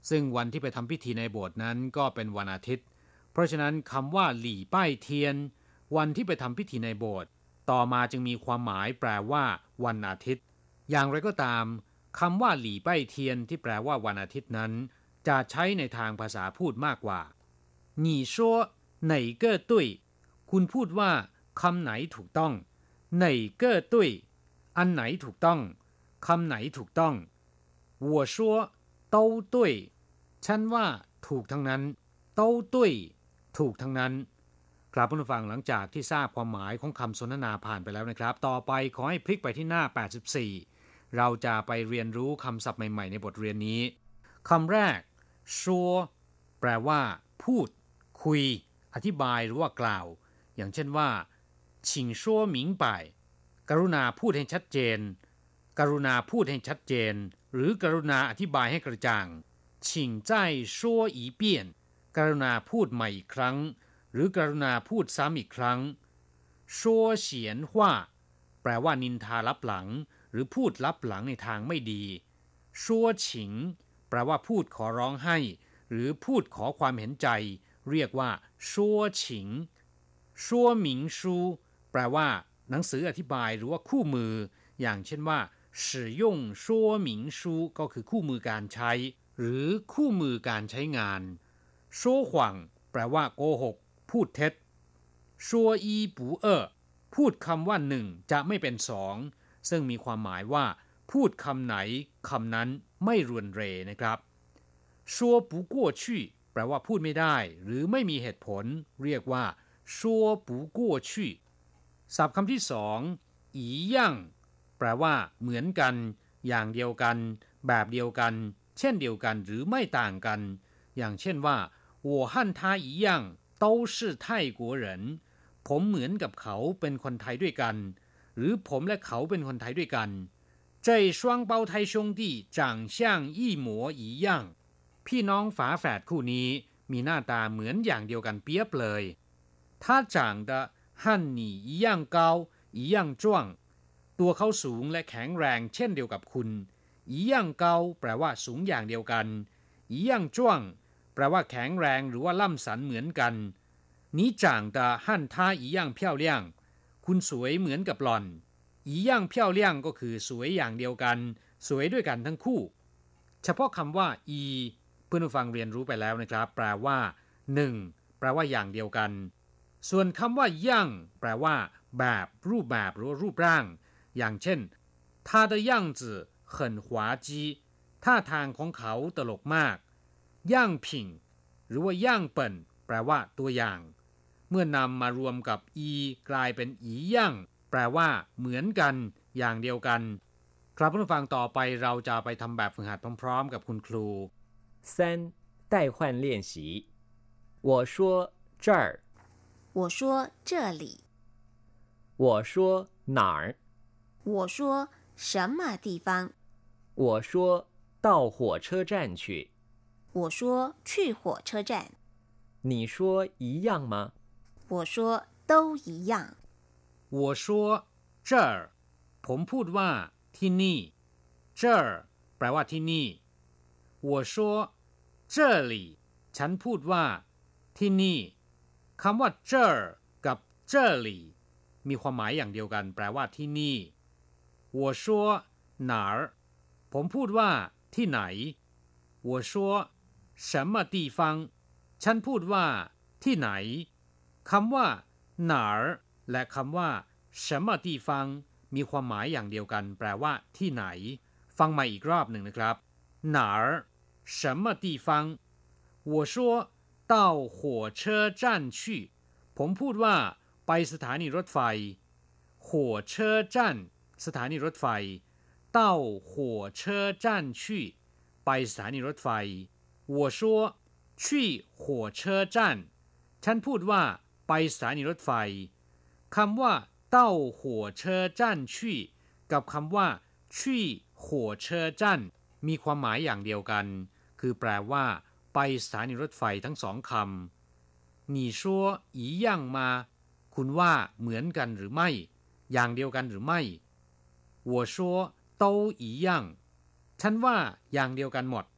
ซึ่งวันที่ไปทำพิธีในโบสถ์นั้นก็เป็นวันอาทิตย์เพราะฉะนั้นคำว่าหลี่ป้ายเทียนวันที่ไปทำพิธีในโบสถ์ต่อมาจึงมีความหมายแปลว่าวันอาทิตย์อย่างไรก็ตามคำว่าหลี่ป้ายเทียนที่แปลว่าวันอาทิตย์นั้นจะใช้ในทางภาษาพูดมากกว่า你说哪个对คุณพูดว่าคำไหนถูกต้อง哪个对อันไหนถูกต้องคำไหนถูกต้อง我说都对ฉันว่าถูกทั้งนั้น都对ถูกทั้งนั้นครับผู้ฟังหลังจากที่ทราบความหมายของคำสนทนาผ่านไปแล้วนะครับต่อไปขอให้พลิกไปที่หน้าแปดสิบสี่เราจะไปเรียนรู้คำศัพท์ใหม่ๆในบทเรียนนี้คำแรกชัวแปลว่าพูดคุยอธิบายหรือว่ากล่าวอย่างเช่นว่า请说明白กรุณาพูดให้ชัดเจนกรุณาพูดให้ชัดเจนหรือกรุณาอธิบายให้กระจ่าง请再说一遍กรุณาพูดใหม่อีกครั้งหรือกรุณาพูดซ้ำอีกครั้ง说闲话แปลว่านินทาลับหลังหรือพูดลับหลังในทางไม่ดี说情แปลว่าพูดขอร้องให้หรือพูดขอความเห็นใจเรียกว่า说情说明书แปลว่าหนังสืออธิบายหรือว่าคู่มืออย่างเช่นว่า使用说明书ก็คือคู่มือการใช้หรือคู่มือการใช้งาน说谎แปลว่าโกหกพูดเท็จ说一不二พูดคำว่าหนึ่งจะไม่เป็นสองซึ่งมีความหมายว่าพูดคำไหนคำนั้นไม่รวนเรนะครับ说不过去แปลว่าพูดไม่ได้หรือไม่มีเหตุผลเรียกว่า说不过去ศัพท์คำที่สองอีย่างแปลว่าเหมือนกันอย่างเดียวกันแบบเดียวกันเช่นเดียวกันหรือไม่ต่างกันอย่างเช่นว่า我和他一样都是泰国人ผมเหมือนกับเขาเป็นคนไทยด้วยกันหรือผมและเขาเป็นคนไทยด้วยกัน这双胞胎兄弟长相一模一样พี่น้องฝาแฝดคู่นี้มีหน้าตาเหมือนอย่างเดียวกันเปียบเลย他长得和你一样高一样壮ตัวเขาสูงและแข็งแรงเช่นเดียวกับคุณ一样高แปลว่าสูงอย่างเดียวกัน一样壮แปลว่าแข็งแรงหรือว่าล่ำสันเหมือนกัน你长得和他一样漂亮คุณสวยเหมือนกับหล่อน一样漂亮ก็คือสวยอย่างเดียวกันสวยด้วยกันทั้งคู่เฉพาะคำว่าอีเพื่อนผู้ฟังเรียนรู้ไปแล้วนะครับแปลว่าหนึ่งแปลว่าอย่างเดียวกันส่วนคำว่าย่างแปลว่าแบบรูปแบบหรือรูปร่างอย่างเช่น他的样子很滑稽ท่าทางของเขาตลกมากย่างผิงหรือว่าย่างเปิ่นแปลว่าตัวอย่างเมื่อนำมารวมกับอีกลายเป็นอีย่างแปลว่าเหมือนกันอย่างเดียวกันครับผู้ฟังต่อไปเราจะไปทำแบบฝึกหัดพร้อมๆกับคุณครู三代换练习我说这儿我说这里我说哪儿我说什么地方我说到火车站去我说去火车站你说一样吗我说都一样我说这儿ผมพูดว่าที่นี่这儿แปลว่าที่นี่我说这里ฉันพูดว่าที่นี่คำว่า这儿กับ这里มีความหมายอย่างเดียวกันแปลว่าที่นี่我说哪儿ผมพูดว่าที่ไหน我说什么地方ฉันพูดว่าที่ไหนคำว่า哪儿และคำว่า什么地方มีความหมายอย่างเดียวกันแปลว่าที่ไหนฟังใหม่อีกรอบหนึ่งนะครับ哪儿什么地方我说到火车站去ผมพูดว่าไปสถานีรถไฟ火车站สถานีรถไฟ到火车站去ไปสถานีรถไฟ我说去火车站ฉันพูดว่าไปสถานีรถไฟคำว่า到火车站去กับคำว่า去火车站มีความหมายอย่างเดียวกันคือแปลว่าไปสถานีรถไฟทั้งสองคำ你说一样吗คุณว่าเหมือนกันหรือไม่อย่างเดียวกันหรือไม่我说都一样ฉันว่าอย่างเดียวกันหมด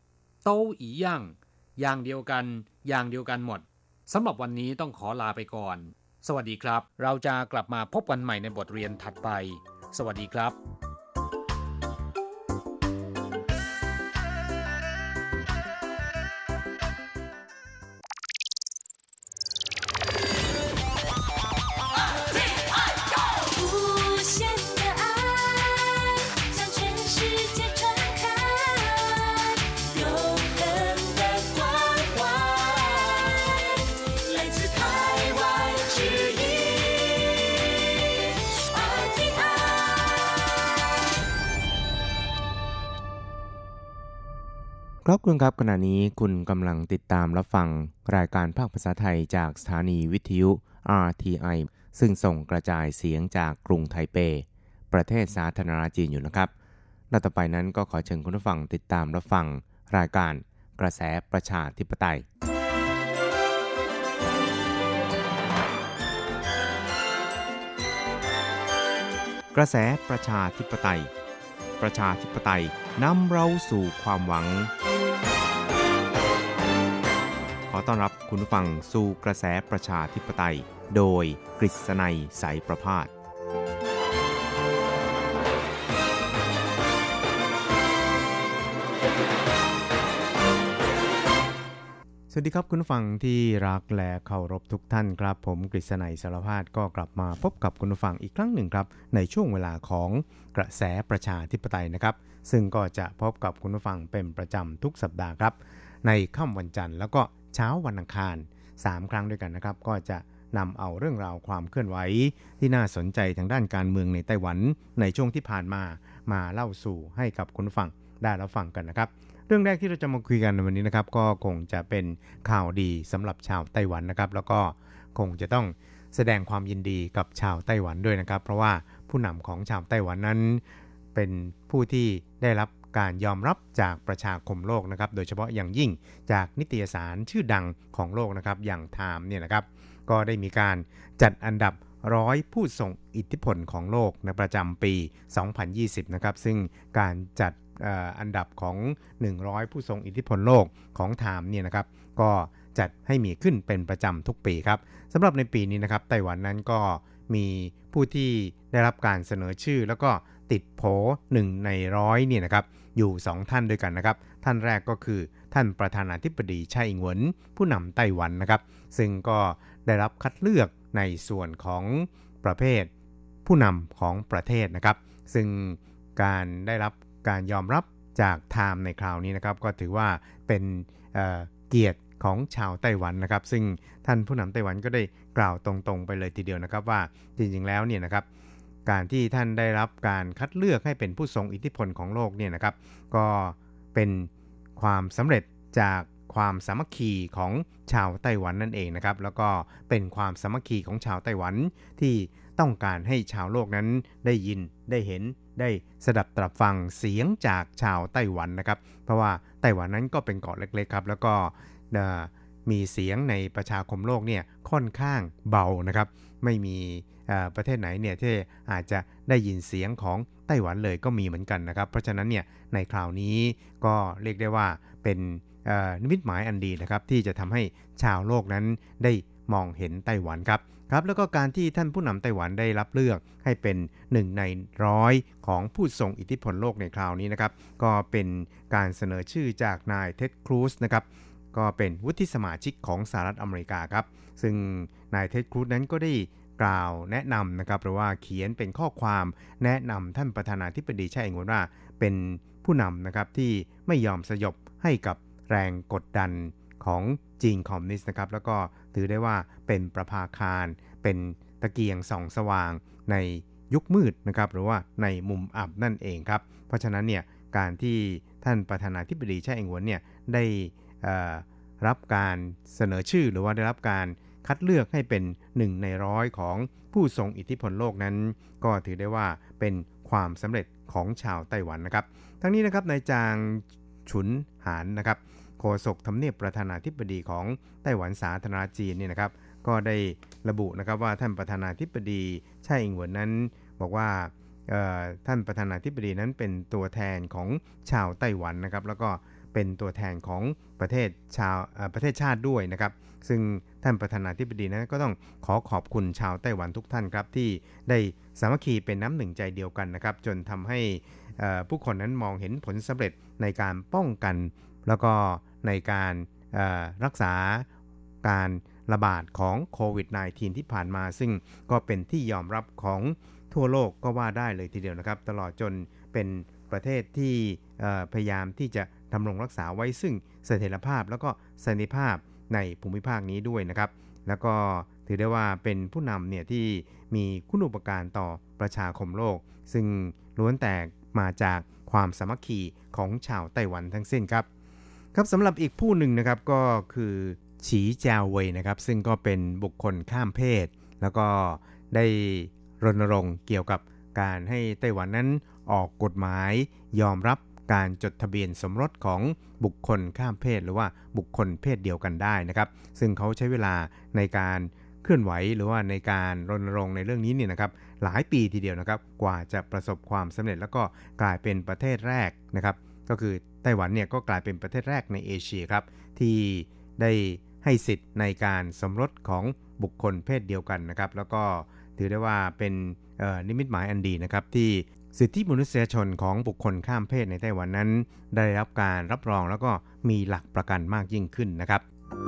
都一样อย่างเดียวกันอย่างเดียวกันหมดสำหรับวันนี้ต้องขอลาไปก่อนสวัสดีครับเราจะกลับมาพบกันใหม่ในบทเรียนถัดไปสวัสดีครับครับคุณครับขณะนี้คุณกำลังติดตามรับฟังรายการภาคภาษาไทยจากสถานีวิทยุ อาร์ ที ไอ ซึ่งส่งกระจายเสียงจากกรุงไทเปประเทศสาธารณรัฐจีนอยู่นะครับและต่อไปนั้นก็ขอเชิญคุณผู้ฟังติดตามรับฟังรายการกระแสประชาธิปไตยกระแสประชาธิปไตยประชาธิปไตยนำเราสู่ความหวังขอต้อนรับคุณผู้ฟังสู่กระแสประชาธิปไตยโดยกฤษณัยสายประภาสสวัสดีครับคุณผู้ฟังที่รักและเคารพทุกท่านครับผมกฤษณัยสารพาสก็กลับมาพบกับคุณผู้ฟังอีกครั้งหนึ่งครับในช่วงเวลาของกระแสประชาธิปไตยนะครับซึ่งก็จะพบกับคุณผู้ฟังเป็นประจำทุกสัปดาห์ครับในค่ำวันจันทร์แล้วก็เช้าวันอังคารสามครั้งด้วยกันนะครับก็จะนำเอาเรื่องราวความเคลื่อนไหวที่น่าสนใจทางด้านการเมืองในไต้หวันในช่วงที่ผ่านมามาเล่าสู่ให้กับคุณผู้ฟังได้รับฟังกันนะครับเรื่องแรกที่เราจะมาคุยกันในวันนี้นะครับก็คงจะเป็นข่าวดีสำหรับชาวไต้หวันนะครับแล้วก็คงจะต้องแสดงความยินดีกับชาวไต้หวันด้วยนะครับเพราะว่าผู้นำของชาวไต้หวันนั้นเป็นผู้ที่ได้รับการยอมรับจากประชาคมโลกนะครับโดยเฉพาะอย่างยิ่งจากนิตยสารชื่อดังของโลกนะครับอย่าง Time เนี่ยนะครับก็ได้มีการจัดอันดับร้อยผู้ทรงอิทธิพลของโลกในประจำปีสองพันยี่สิบนะครับซึ่งการจัดอันดับของหนึ่งร้อยผู้ทรงอิทธิพลโลกของ Time เนี่ยนะครับก็จัดให้มีขึ้นเป็นประจำทุกปีครับสำหรับในปีนี้นะครับไต้หวันนั้นก็มีผู้ที่ได้รับการเสนอชื่อแล้วก็ติดโผหนึ่งในร้อยเนี่ยนะครับอยู่สองท่านด้วยกันนะครับท่านแรกก็คือท่านประธานาธิบดีไช่อิงเหวินผู้นำไต้หวันนะครับซึ่งก็ได้รับคัดเลือกในส่วนของประเภทผู้นำของประเทศนะครับซึ่งการได้รับการยอมรับจาก Time ในคราวนี้นะครับก็ถือว่าเป็น เอ่อ เกียรติของชาวไต้หวันนะครับซึ่งท่านผู้นำไต้หวันก็ได้กล่าวตรงๆไปเลยทีเดียวนะครับว่าจริงๆแล้วเนี่ยนะครับการที่ท่านได้รับการคัดเลือกให้เป็นผู้ทรงอิทธิพลของโลกเนี่ยนะครับก็เป็นความสำเร็จจากความสามัคคีของชาวไต้หวันนั่นเองนะครับแล้วก็เป็นความสามัคคีของชาวไต้หวันที่ต้องการให้ชาวโลกนั้นได้ยินได้เห็นได้สดับตรับฟังเสียงจากชาวไต้หวันนะครับเพราะว่าไต้หวันนั้นก็เป็นเกาะเล็กๆครับแล้วก็มีเสียงในประชาคมโลกเนี่ยค่อนข้างเบานะครับไม่มีประเทศไหนเนี่ยที่อาจจะได้ยินเสียงของไต้หวันเลยก็มีเหมือนกันนะครับเพราะฉะนั้นเนี่ยในคราวนี้ก็เรียกได้ว่าเป็นนิมิตหมายอันดีนะครับที่จะทำให้ชาวโลกนั้นได้มองเห็นไต้หวันครับครับแล้วก็การที่ท่านผู้นำไต้หวันได้รับเลือกให้เป็นหนึ่งในร้อยของผู้ทรงอิทธิพลโลกในคราวนี้นะครับก็เป็นการเสนอชื่อจากนายเท็ดครูซนะครับก็เป็นวุฒิสมาชิกของสหรัฐอเมริกาครับซึ่งนายเท็ดครูซนั้นก็ได้กล่าวแนะนำนะครับหรือว่าเขียนเป็นข้อความแนะนำท่านประธานาธิบดีไช่อิงเหวินว่าเป็นผู้นำนะครับที่ไม่ยอมสยบให้กับแรงกดดันของจีนคอมมิวนิสต์นะครับแล้วก็ถือได้ว่าเป็นประภาคารเป็นตะเกียงส่องสว่างในยุคมืดนะครับหรือว่าในมุมอับนั่นเองครับเพราะฉะนั้นเนี่ยการที่ท่านประธานาธิบดีไช่อิงเหวินเนี่ยได้รับการเสนอชื่อหรือว่าได้รับการคัดเลือกให้เป็นหนึ่งในร้อยของผู้ทรงอิทธิพลโลกนั้นก็ถือได้ว่าเป็นความสำเร็จของชาวไต้หวันนะครับทั้งนี้นะครับนายจางฉุนหานนะครับโฆษกทำเนียบประธานาธิบดีของไต้หวันสาธารณรัฐจีนเนี่ยนะครับก็ได้ระบุนะครับว่าท่านประธานาธิบดีไช่อิงเหวินนั้นบอกว่าท่านประธานาธิบดีนั้นเป็นตัวแทนของชาวไต้หวันนะครับแล้วก็เป็นตัวแทนของประเทศชาวประเทศชาติด้วยนะครับซึ่งท่านประธานาธิบดีนั้นก็ต้องขอขอบคุณชาวไต้หวันทุกท่านครับที่ได้สามัคคีเป็นน้ำหนึ่งใจเดียวกันนะครับจนทำให้ผู้คนนั้นมองเห็นผลสำเร็จในการป้องกันแล้วก็ในการรักษาการระบาดของโควิด สิบเก้า ที่ผ่านมาซึ่งก็เป็นที่ยอมรับของทั่วโลกก็ว่าได้เลยทีเดียวนะครับตลอดจนเป็นประเทศที่พยายามที่จะดำรงรักษาไว้ซึ่งเสถียรภาพแล้วก็สันติภาพในภูมิภาคนี้ด้วยนะครับแล้วก็ถือได้ว่าเป็นผู้นำเนี่ยที่มีคุณูปการต่อประชาคมโลกซึ่งล้วนแต่มาจากความสามัคคีของชาวไต้หวันทั้งสิ้นครับครับสำหรับอีกผู้หนึ่งนะครับก็คือฉีเจียวเว่ยนะครับซึ่งก็เป็นบุคคลข้ามเพศแล้วก็ได้รณรงค์เกี่ยวกับการให้ไต้หวันนั้นออกกฎหมายยอมรับการจดทะเบียนสมรสของบุคคลข้ามเพศหรือว่าบุคคลเพศเดียวกันได้นะครับซึ่งเขาใช้เวลาในการเคลื่อนไหวหรือว่าในการรณรงค์ในเรื่องนี้เนี่ยนะครับหลายปีทีเดียวนะครับกว่าจะประสบความสำเร็จแล้วก็กลายเป็นประเทศแรกนะครับก็คือไต้หวันเนี่ยก็กลายเป็นประเทศแรกในเอเชียครับที่ได้ให้สิทธิ์ในการสมรสของบุคคลเพศเดียวกันนะครับแล้วก็ถือได้ว่าเป็นนิมิตหมายอันดีนะครับที่สิทธิมนุษยชนของบุคคลข้ามเพศในไต้หวันนั้นได้รับการรับรองแล้วก็มีหลักประกันมากยิ่งขึ้นนะครับ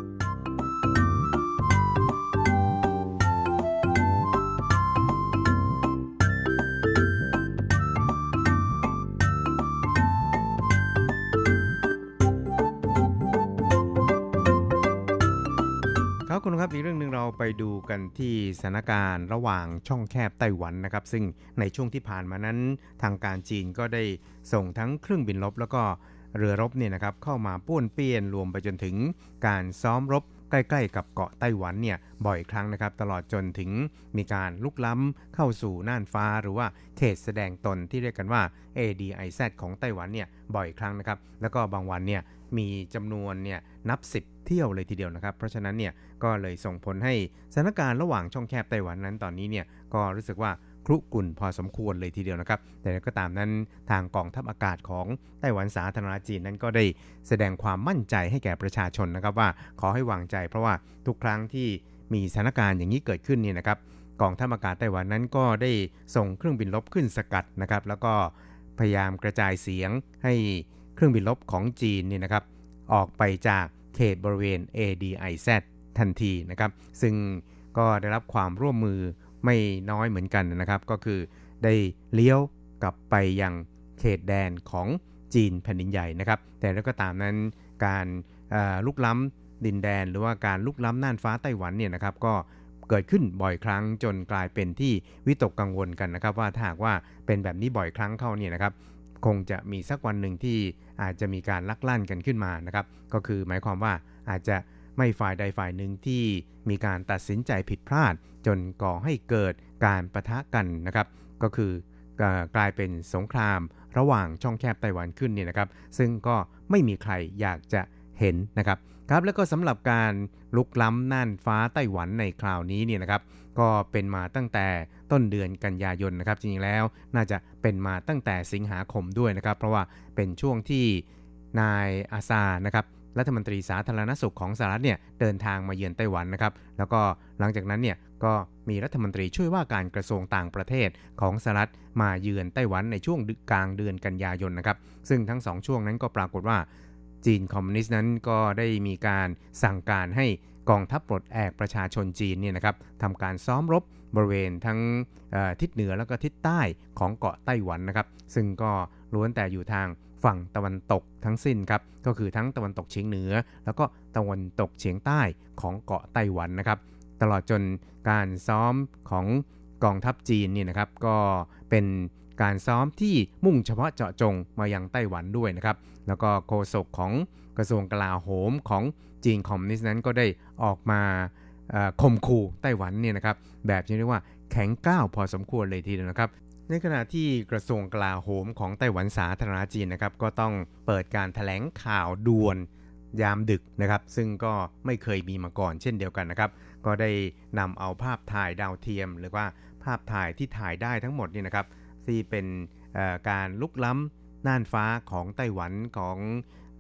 ครับคุณครับอีกเรื่องนึงเราไปดูกันที่สถานการณ์ระหว่างช่องแคบไต้หวันนะครับซึ่งในช่วงที่ผ่านมานั้นทางการจีนก็ได้ส่งทั้งเครื่องบินรบแล้วก็เรือรบเนี่ยนะครับเข้ามาป้วนเปี้ยนรวมไปจนถึงการซ้อมรบใกล้ๆกับเกาะไต้หวันเนี่ยบ่อยครั้งนะครับตลอดจนถึงมีการลุกล้ำเข้าสู่น่านฟ้าหรือว่าเขตแสดงตนที่เรียกกันว่า เอ ดี ไอ แซด ของไต้หวันเนี่ยบ่อยครั้งนะครับแล้วก็บางวันเนี่ยมีจำนวนเนี่ยนับสิบเที่ยวเลยทีเดียวนะครับเพราะฉะนั้นเนี่ยก็เลยส่งผลให้สถานการณ์ระหว่างช่องแคบไต้หวันนั้นตอนนี้เนี่ยก็รู้สึกว่าครุกรุ่นพอสมควรเลยทีเดียวนะครับแต่ก็ตามนั้นทางกองทัพอากาศของไต้หวันสาธารณรัฐจีนนั้นก็ได้แสดงความมั่นใจให้แก่ประชาชนนะครับว่าขอให้วางใจเพราะว่าทุกครั้งที่มีสถานการณ์อย่างนี้เกิดขึ้นเนี่ยนะครับกองทัพอากาศไต้หวันนั้นก็ได้ส่งเครื่องบินรบขึ้นสกัดนะครับแล้วก็พยายามกระจายเสียงให้เครื่องบินรบของจีนเนี่ยนะครับออกไปจากเขตบริเวณ เอ ดี ไอ แซด ทันทีนะครับซึ่งก็ได้รับความร่วมมือไม่น้อยเหมือนกันนะครับก็คือได้เลี้ยวกลับไปยังเขตแดนของจีนแผ่นดินใหญ่นะครับแต่แล้วก็ตามนั้นการลุกล้ำดินแดนหรือว่าการลุกล้ำน่านฟ้าไต้หวันเนี่ยนะครับก็เกิดขึ้นบ่อยครั้งจนกลายเป็นที่วิตกกังวลกันนะครับว่าถ้าหากว่าเป็นแบบนี้บ่อยครั้งเข้าเนี่ยนะครับคงจะมีสักวันหนึ่งที่อาจจะมีการลักลั่นกันขึ้นมานะครับก็คือหมายความว่าอาจจะไม่ฝ่ายใดฝ่ายหนึ่งที่มีการตัดสินใจผิดพลาดจนก่อให้เกิดการปะทะกันนะครับก็คือกลายเป็นสงครามระหว่างช่องแคบไต้หวันขึ้นเนี่ยนะครับซึ่งก็ไม่มีใครอยากจะเห็นนะครับครับแล้วก็สำหรับการลุกล้ำน่านฟ้าไต้หวันในคราวนี้เนี่ยนะครับก็เป็นมาตั้งแต่ต้นเดือนกันยายนนะครับจริงๆแล้วน่าจะเป็นมาตั้งแต่สิงหาคมด้วยนะครับเพราะว่าเป็นช่วงที่นายอาซานะครับรัฐมนตรีสาธารณสุขของสหรัฐเนี่ยเดินทางมาเยือนไต้หวันนะครับแล้วก็หลังจากนั้นเนี่ยก็มีรัฐมนตรีช่วยว่าการกระทรวงต่างประเทศของสหรัฐมาเยือนไต้หวันในช่วงกลางเดือนกันยายนนะครับซึ่งทั้งสองช่วงนั้นก็ปรากฏว่าจีนคอมมิวนิสต์นั้นก็ได้มีการสั่งการให้กองทัพปลดแอกประชาชนจีนเนี่ยนะครับทำการซ้อมรบบริเวณทั้งทิศเหนือแล้วก็ทิศใต้ของเกาะไต้หวันนะครับซึ่งก็ล้วนแต่อยู่ทางฝั่งตะวันตกทั้งสิ้นครับก็คือทั้งตะวันตกเฉียงเหนือแล้วก็ตะวันตกเฉียงใต้ของเกาะไต้หวันนะครับตลอดจนการซ้อมของกองทัพจีนเนี่ยนะครับก็เป็นการซ้อมที่มุ่งเฉพาะเจาะจงมายังไต้หวันด้วยนะครับแล้วก็โฆษกของกระทรวงกลาโหมของจีนคอมมิวนิสต์นั้นก็ได้ออกมาข่มขู่ไต้หวันเนี่ยนะครับแบบที่เรียกว่าแข็งกร้าวพอสมควรเลยทีเดียวนะครับในขณะที่กระทรวงกลาโหมของไต้หวันสาธารณจีนนะครับก็ต้องเปิดการแถลงข่าวด่วนยามดึกนะครับซึ่งก็ไม่เคยมีมาก่อนเช่นเดียวกันนะครับก็ได้นำเอาภาพถ่ายดาวเทียมหรือว่าภาพถ่ายที่ถ่ายได้ทั้งหมดนี่นะครับที่เป็นการลุกล้ำน่านฟ้าของไต้หวันของเค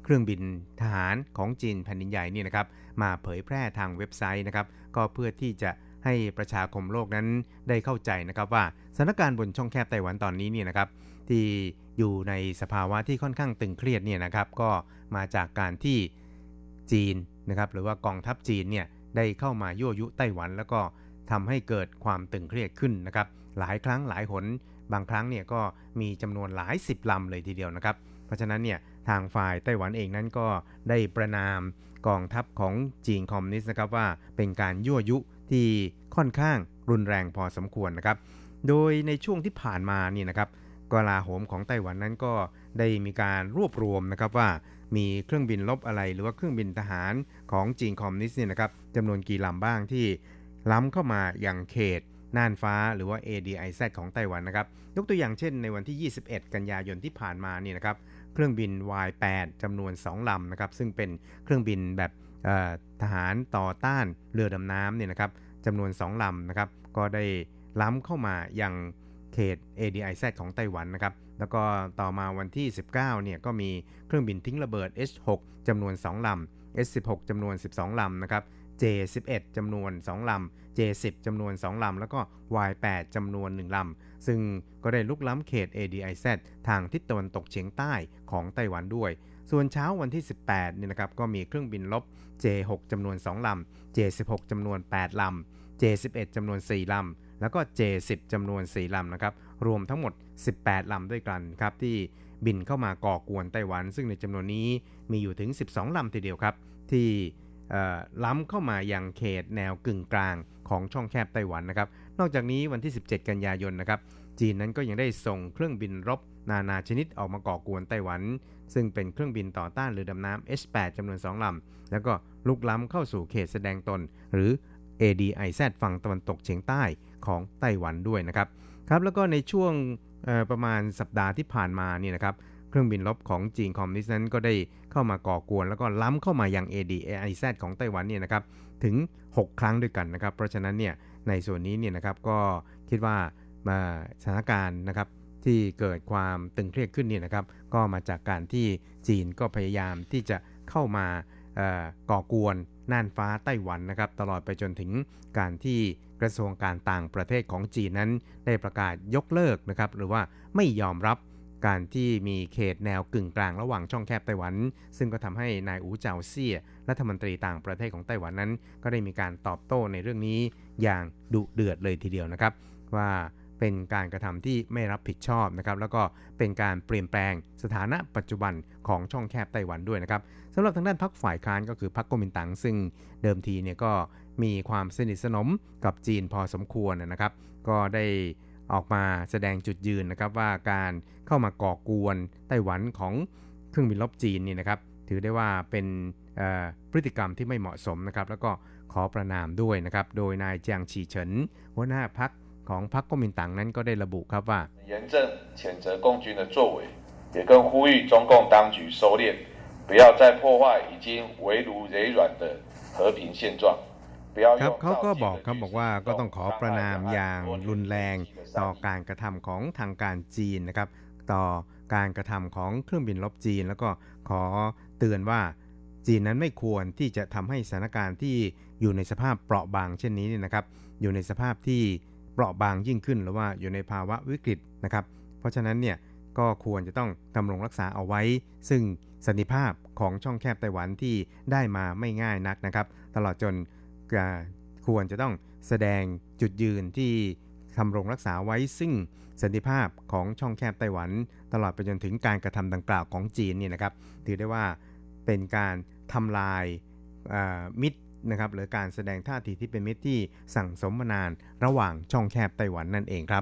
รื่องบินทหารของจีนแผ่นดินใหญ่นี่นะครับมาเผยแพร่ทางเว็บไซต์นะครับก็เพื่อที่จะให้ประชาคมโลกนั้นได้เข้าใจนะครับว่าสถานการณ์บนช่องแคบไต้หวันตอนนี้เนี่ยนะครับที่อยู่ในสภาวะที่ค่อนข้างตึงเครียดเนี่ยนะครับก็มาจากการที่จีนนะครับหรือว่ากองทัพจีนเนี่ยได้เข้ามายั่วยุไต้หวันแล้วก็ทำให้เกิดความตึงเครียดขึ้นนะครับหลายครั้งหลายหนบางครั้งเนี่ยก็มีจำนวนหลายสิบลำเลยทีเดียวนะครับเพราะฉะนั้นเนี่ยทางฝ่ายไต้หวันเองนั้นก็ได้ประนามกองทัพของจีนคอมมิวนิสต์นะครับว่าเป็นการยั่วยุที่ค่อนข้างรุนแรงพอสมควรนะครับโดยในช่วงที่ผ่านมานี่นะครับกลาโหมของไต้หวันนั้นก็ได้มีการรวบรวมนะครับว่ามีเครื่องบินรบอะไรหรือว่าเครื่องบินทหารของจีนคอมมิวนิสต์เนี่ยนะครับจำนวนกี่ลำบ้างที่ล้ำเข้ามาอย่างเขตน่านฟ้าหรือว่า เอ ดี ไอ แซด ของไต้หวันนะครับยกตัวอย่างเช่นในวันที่ยี่สิบเอ็ดกันยายนที่ผ่านมานี่นะครับเครื่องบิน วาย แปด จำนวนสองลำนะครับซึ่งเป็นเครื่องบินแบบทหารต่อต้านเรือดำน้ำเนี่ยนะครับจำนวนสองลำนะครับก็ได้ล้ำเข้ามายังเขต เอ ดี ไอ แซด ของไต้หวันนะครับแล้วก็ต่อมาวันที่สิบเก้าเนี่ยก็มีเครื่องบินทิ้งระเบิด เอช หก จำนวนสองลำ เอช สิบหก จำนวนสิบสองลำนะครับ เจ สิบเอ็ด จำนวนสองลำ เจ สิบ จำนวนสองลำแล้วก็ วาย แปด จำนวนหนึ่งลำซึ่งก็ได้ลุกล้ำเขต เอ ดี ไอ แซด ทางทิศตะวันตกเฉียงใต้ของไต้หวันด้วยส่วนเช้าวันที่สิบแปดเนี่ยนะครับก็มีเครื่องบินรบ เจ หก จำนวนสองลำ เจ สิบหก จำนวนแปดลำ เจ สิบเอ็ด จำนวนสี่ลำแล้วก็ เจ สิบ จำนวนสี่ลำนะครับรวมทั้งหมดสิบแปดลำด้วยกันครับที่บินเข้ามาก่อกวนไต้หวันซึ่งในจำนวนนี้มีอยู่ถึงสิบสองลำทีเดียวครับที่ล้ำเข้ามายังเขตแนวกึ่งกลางของช่องแคบไต้หวันนะครับนอกจากนี้วันที่สิบเจ็ดกันยายนนะครับจีนนั้นก็ยังได้ส่งเครื่องบินรบนานาชนิดออกมาก่อกวนไต้หวันซึ่งเป็นเครื่องบินต่อต้านเรือดำน้ำ เอช แปด จำนวนสองลำแล้วก็ลุกล้ำเข้าสู่เขตแสดงตนหรือ เอ ดี ไอ แซด ฝั่งตะวันตกเฉียงใต้ของไต้หวันด้วยนะครับครับแล้วก็ในช่วงประมาณสัปดาห์ที่ผ่านมานี่นะครับเครื่องบินรบของจีนคอมมิวนิสต์นั้นก็ได้เข้ามาก่อกวนแล้วก็ล้ำเข้ามายัง เอ ดี ไอ แซด ของไต้หวันเนี่ยนะครับถึงหกครั้งด้วยกันนะครับเพราะฉะนั้นเนี่ยในส่วนนี้เนี่ยนะครับก็คิดว่าสถานการณ์นะครับที่เกิดความตึงเครียดขึ้นเนี่ยนะครับก็มาจากการที่จีนก็พยายามที่จะเข้ามาก่อกวนน่านฟ้าไต้หวันนะครับตลอดไปจนถึงการที่กระทรวงการต่างประเทศของจีนนั้นได้ประกาศยกเลิกนะครับหรือว่าไม่ยอมรับการที่มีเขตแนวกึ่งกลางระหว่างช่องแคบไต้หวันซึ่งก็ทำให้นายอู๋เจาเซี่ยรัฐมนตรีต่างประเทศของไต้หวันนั้นก็ได้มีการตอบโต้ในเรื่องนี้อย่างดุเดือดเลยทีเดียวนะครับว่าเป็นการกระทำที่ไม่รับผิดชอบนะครับแล้วก็เป็นการเปลี่ยนแปลงสถานะปัจจุบันของช่องแคบไต้หวันด้วยนะครับสำหรับทางด้านพรรคฝ่ายค้านก็คือพรรคก๊กมินตั๋งซึ่งเดิมทีเนี่ยก็มีความสนิทสนมกับจีนพอสมควรนะครับก็ได้ออกมาแสดงจุดยืนนะครับว่าการเข้ามาก่อกวนไต้หวันของเครื่องบินรบจีนนี่นะครับถือได้ว่าเป็นพฤติกรรมที่ไม่เหมาะสมนะครับแล้วก็ขอประณามด้วยนะครับโดยนายเจียงฉีเฉินหัวหน้าพรรคของพรรคก๊กมินตั๋งนั้นก็ได้ระบุครับว่า严正谴责共军的作为也更呼吁中共当局收敛不要再破坏已经围炉瘁软的和平现状ครับเขาก็บอกครับบอกว่าก็ต้องขอประณามอย่างรุนแรงต่อการกระทำของทางการจีนนะครับต่อการกระทำของเครื่องบินรบจีนแล้วก็ขอเตือนว่าจีนนั้นไม่ควรที่จะทำให้สถานการณ์ที่อยู่ในสภาพเปราะบางเช่นนี้เนี่ยนะครับอยู่ในสภาพที่เปราะบางยิ่งขึ้นหรือว่าอยู่ในภาวะวิกฤตนะครับเพราะฉะนั้นเนี่ยก็ควรจะต้องดำรงรักษาเอาไว้ซึ่งสันติภาพของช่องแคบไต้หวันที่ได้มาไม่ง่ายนักนะครับตลอดจนควรจะต้องแสดงจุดยืนที่ทำรงรักษาไว้ซึ่งสันติภาพของช่องแคบไต้หวันตลอดไปจนถึงการกระทำดังกล่าวของจีนนี่นะครับถือได้ว่าเป็นการทำลายมิตรนะครับหรือการแสดงท่าทีที่เป็นมิตรที่สั่งสมมานานระหว่างช่องแคบไต้หวันนั่นเองครับ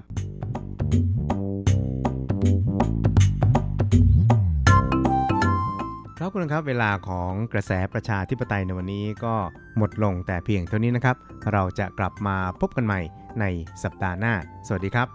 ครับคุณครับเวลาของกระแสประชาธิปไตยในวันนี้ก็หมดลงแต่เพียงเท่านี้นะครับเราจะกลับมาพบกันใหม่ในสัปดาห์หน้าสวัสดีครับ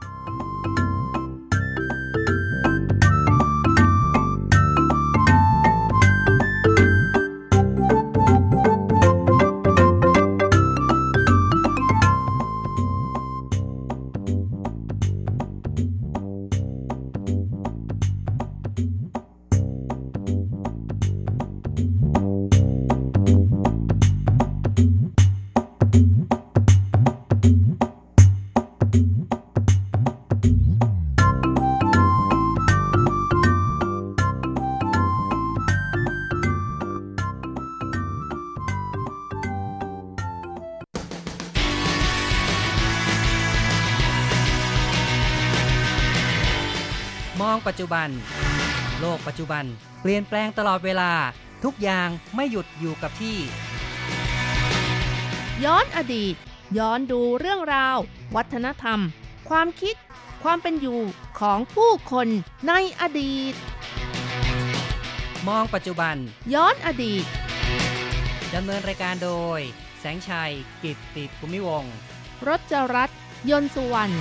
มองปัจจุบันโลกปัจจุบันเปลี่ยนแปลงตลอดเวลาทุกอย่างไม่หยุดอยู่กับที่ย้อนอดีตย้อนดูเรื่องราววัฒนธรรมความคิดความเป็นอยู่ของผู้คนในอดีตมองปัจจุบันย้อนอดีตดำเนินรายการโดยแสงชัยกิตติภูมิวงศ์รจรัตน์ยนต์สุวรรณ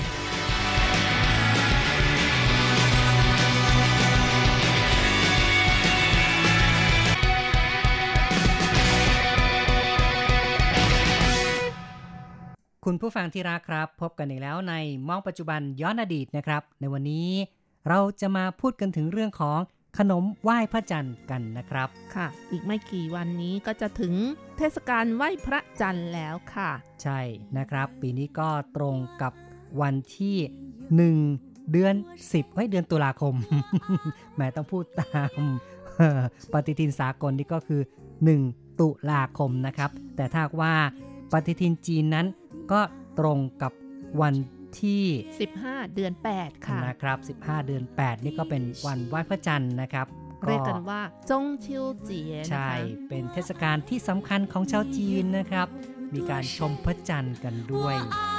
คุณผู้ฟังที่รักครับพบกันอีกแล้วในมองปัจจุบันย้อนอดีตนะครับในวันนี้เราจะมาพูดกันถึงเรื่องของขนมไหว้พระจันทร์กันนะครับค่ะอีกไม่กี่วันนี้ก็จะถึงเทศกาลไหว้พระจันทร์แล้วค่ะใช่นะครับปีนี้ก็ตรงกับวันที่หนึ่งเดือนสิบเฮ้ยเดือนตุลาคม แม้ต้องพูดตามปฏิทินสากลนี่ก็คือหนึ่งตุลาคมนะครับแต่ถ้าว่าปฏิทินจีนนั้นก็ตรงกับวันที่สิบห้าเดือนแปดค่ะนะครับสิบห้าเดือนแปดนี่ก็เป็นวันไหว้พระจันทร์นะครับเรียกกันว่าจงชิวเจี๋ยใช่เป็นเทศกาลที่สำคัญของชาวจีนนะครับมีการชมพระจันทร์กันด้วย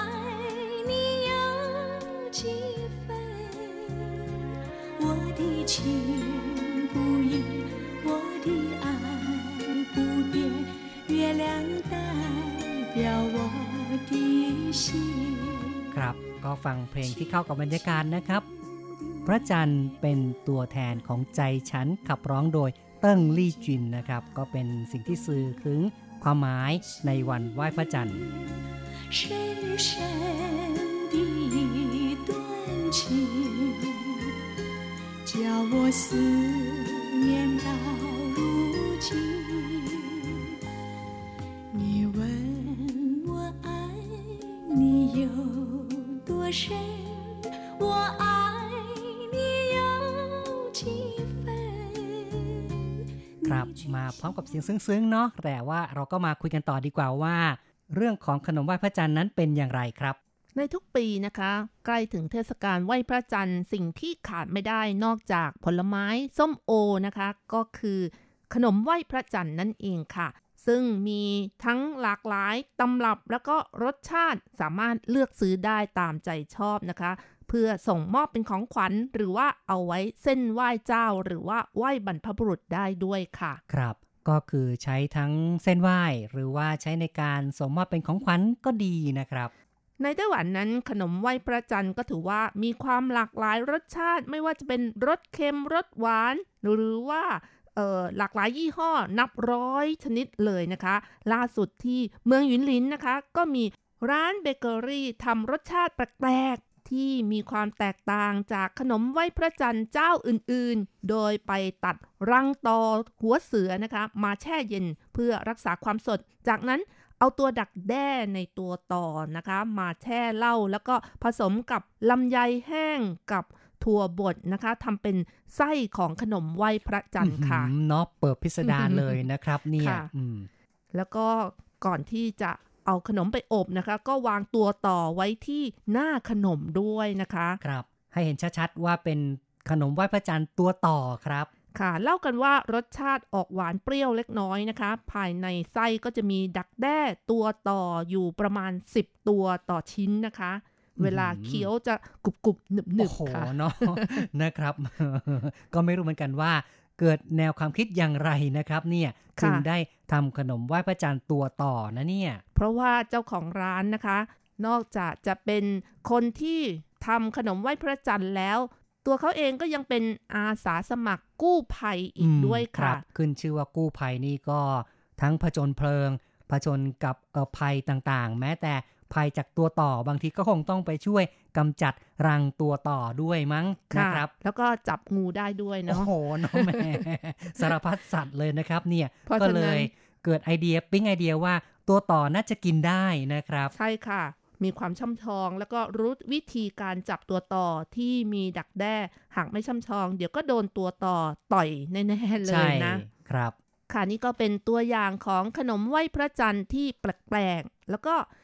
ครับก็ฟังเพลงที่เข้ากับบรรยากาศนะครับพระจันทร์เป็นตัวแทนของใจฉันขับร้องโดยเติ้งลี่จินนะครับก็เป็นสิ่งที่สื่อถึงความหมายในวันไหว้พระจันทร์ครับมาพร้อมกับเสียงซึ้งๆเนาะแต่ว่าเราก็มาคุยกันต่อดีกว่าว่าเรื่องของขนมไหว้พระจันทร์นั้นเป็นอย่างไรครับในทุกปีนะคะใกล้ถึงเทศกาลไหว้พระจันทร์สิ่งที่ขาดไม่ได้นอกจากผลไม้ส้มโอนะคะก็คือขนมไหว้พระจันทร์นั่นเองค่ะซึ่งมีทั้งหลากหลายตำรับแล้วก็รสชาติสามารถเลือกซื้อได้ตามใจชอบนะคะเพื่อส่งมอบเป็นของขวัญหรือว่าเอาไว้เส้นไหว้เจ้าหรือว่าไหว้บรรพบุรุษได้ด้วยค่ะครับก็คือใช้ทั้งเส้นไหว้หรือว่าใช้ในการส่งมอบเป็นของขวัญก็ดีนะครับในไต้หวันนั้นขนมไหว้พระจันทร์ก็ถือว่ามีความหลากหลายรสชาติไม่ว่าจะเป็นรสเค็มรสหวานหรือว่าเอ่อหลากหลายยี่ห้อนับร้อยชนิดเลยนะคะล่าสุดที่เมืองหยินหลินนะคะก็มีร้านเบเกอรี่ทำรสชาติแปลกๆที่มีความแตกต่างจากขนมไหว้พระจันทร์เจ้าอื่นๆโดยไปตัดรังตอหัวเสือนะคะมาแช่เย็นเพื่อรักษาความสดจากนั้นเอาตัวดักแด้ในตัวต่อนะคะมาแช่เหล้าแล้วก็ผสมกับลำไยแห้งกับถั่วบดนะคะทำเป็นไส้ของขนมไหว้พระจันทร์ค่ะเนาะเปิดพิสดารเลยนะครับเนี่ยแล้วก็ก่อนที่จะเอาขนมไปอบนะคะก็วางตัวต่อไว้ที่หน้าขนมด้วยนะคะครับให้เห็นชัดๆว่าเป็นขนมไหว้พระจันทร์ตัวต่อครับค่ะเล่ากันว่ารสชาติออกหวานเปรี้ยวเล็กน้อยนะคะภายในไส้ก็จะมีดักแด้ตัวต่ออยู่ประมาณสิบตัวต่อชิ้นนะคะเวลาเคี้ยวจะกรุบๆหนึบๆค่ะโอ้โหเนาะนะครับก็ไม่รู้เหมือนกันว่าเกิดแนวความคิดอย่างไรนะครับเนี่ยจึงได้ทำขนมไหว้พระจันทร์ตัวต่อนะเนี่ยเพราะว่าเจ้าของร้านนะคะนอกจากจะเป็นคนที่ทำขนมไหว้พระจันทร์แล้วตัวเขาเองก็ยังเป็นอาสาสมัครกู้ภัยอีกด้วยค่ะขึ้นชื่อว่ากู้ภัยนี่ก็ทั้งผจญเพลิงผจญกับเอ่อภัยต่างๆแม้แต่ภัยจากตัวต่อบางทีก็คงต้องไปช่วยกำจัดรังตัวต่อด้วยมั้งนะครับแล้วก็จับงูได้ด้วยเนาะโอ้โหน้องแม่สารพัดสัตว์เลยนะครับเนี่ยก็เลยเกิดไอเดียปิ๊งไอเดียว่าตัวต่อน่าจะกินได้นะครับใช่ค่ะมีความช่ำชองแล้วก็รู้วิธีการจับตัวต่อที่มีดักแด้หากไม่ช่ำชองเดี๋ยวก็โดนตัวต่อต่อยแน่ๆเลยนะครับค่ะนี่ก็เป็นตัวอย่างของขนมไหว้พระจันทร์ที่แปลกๆแล้วก็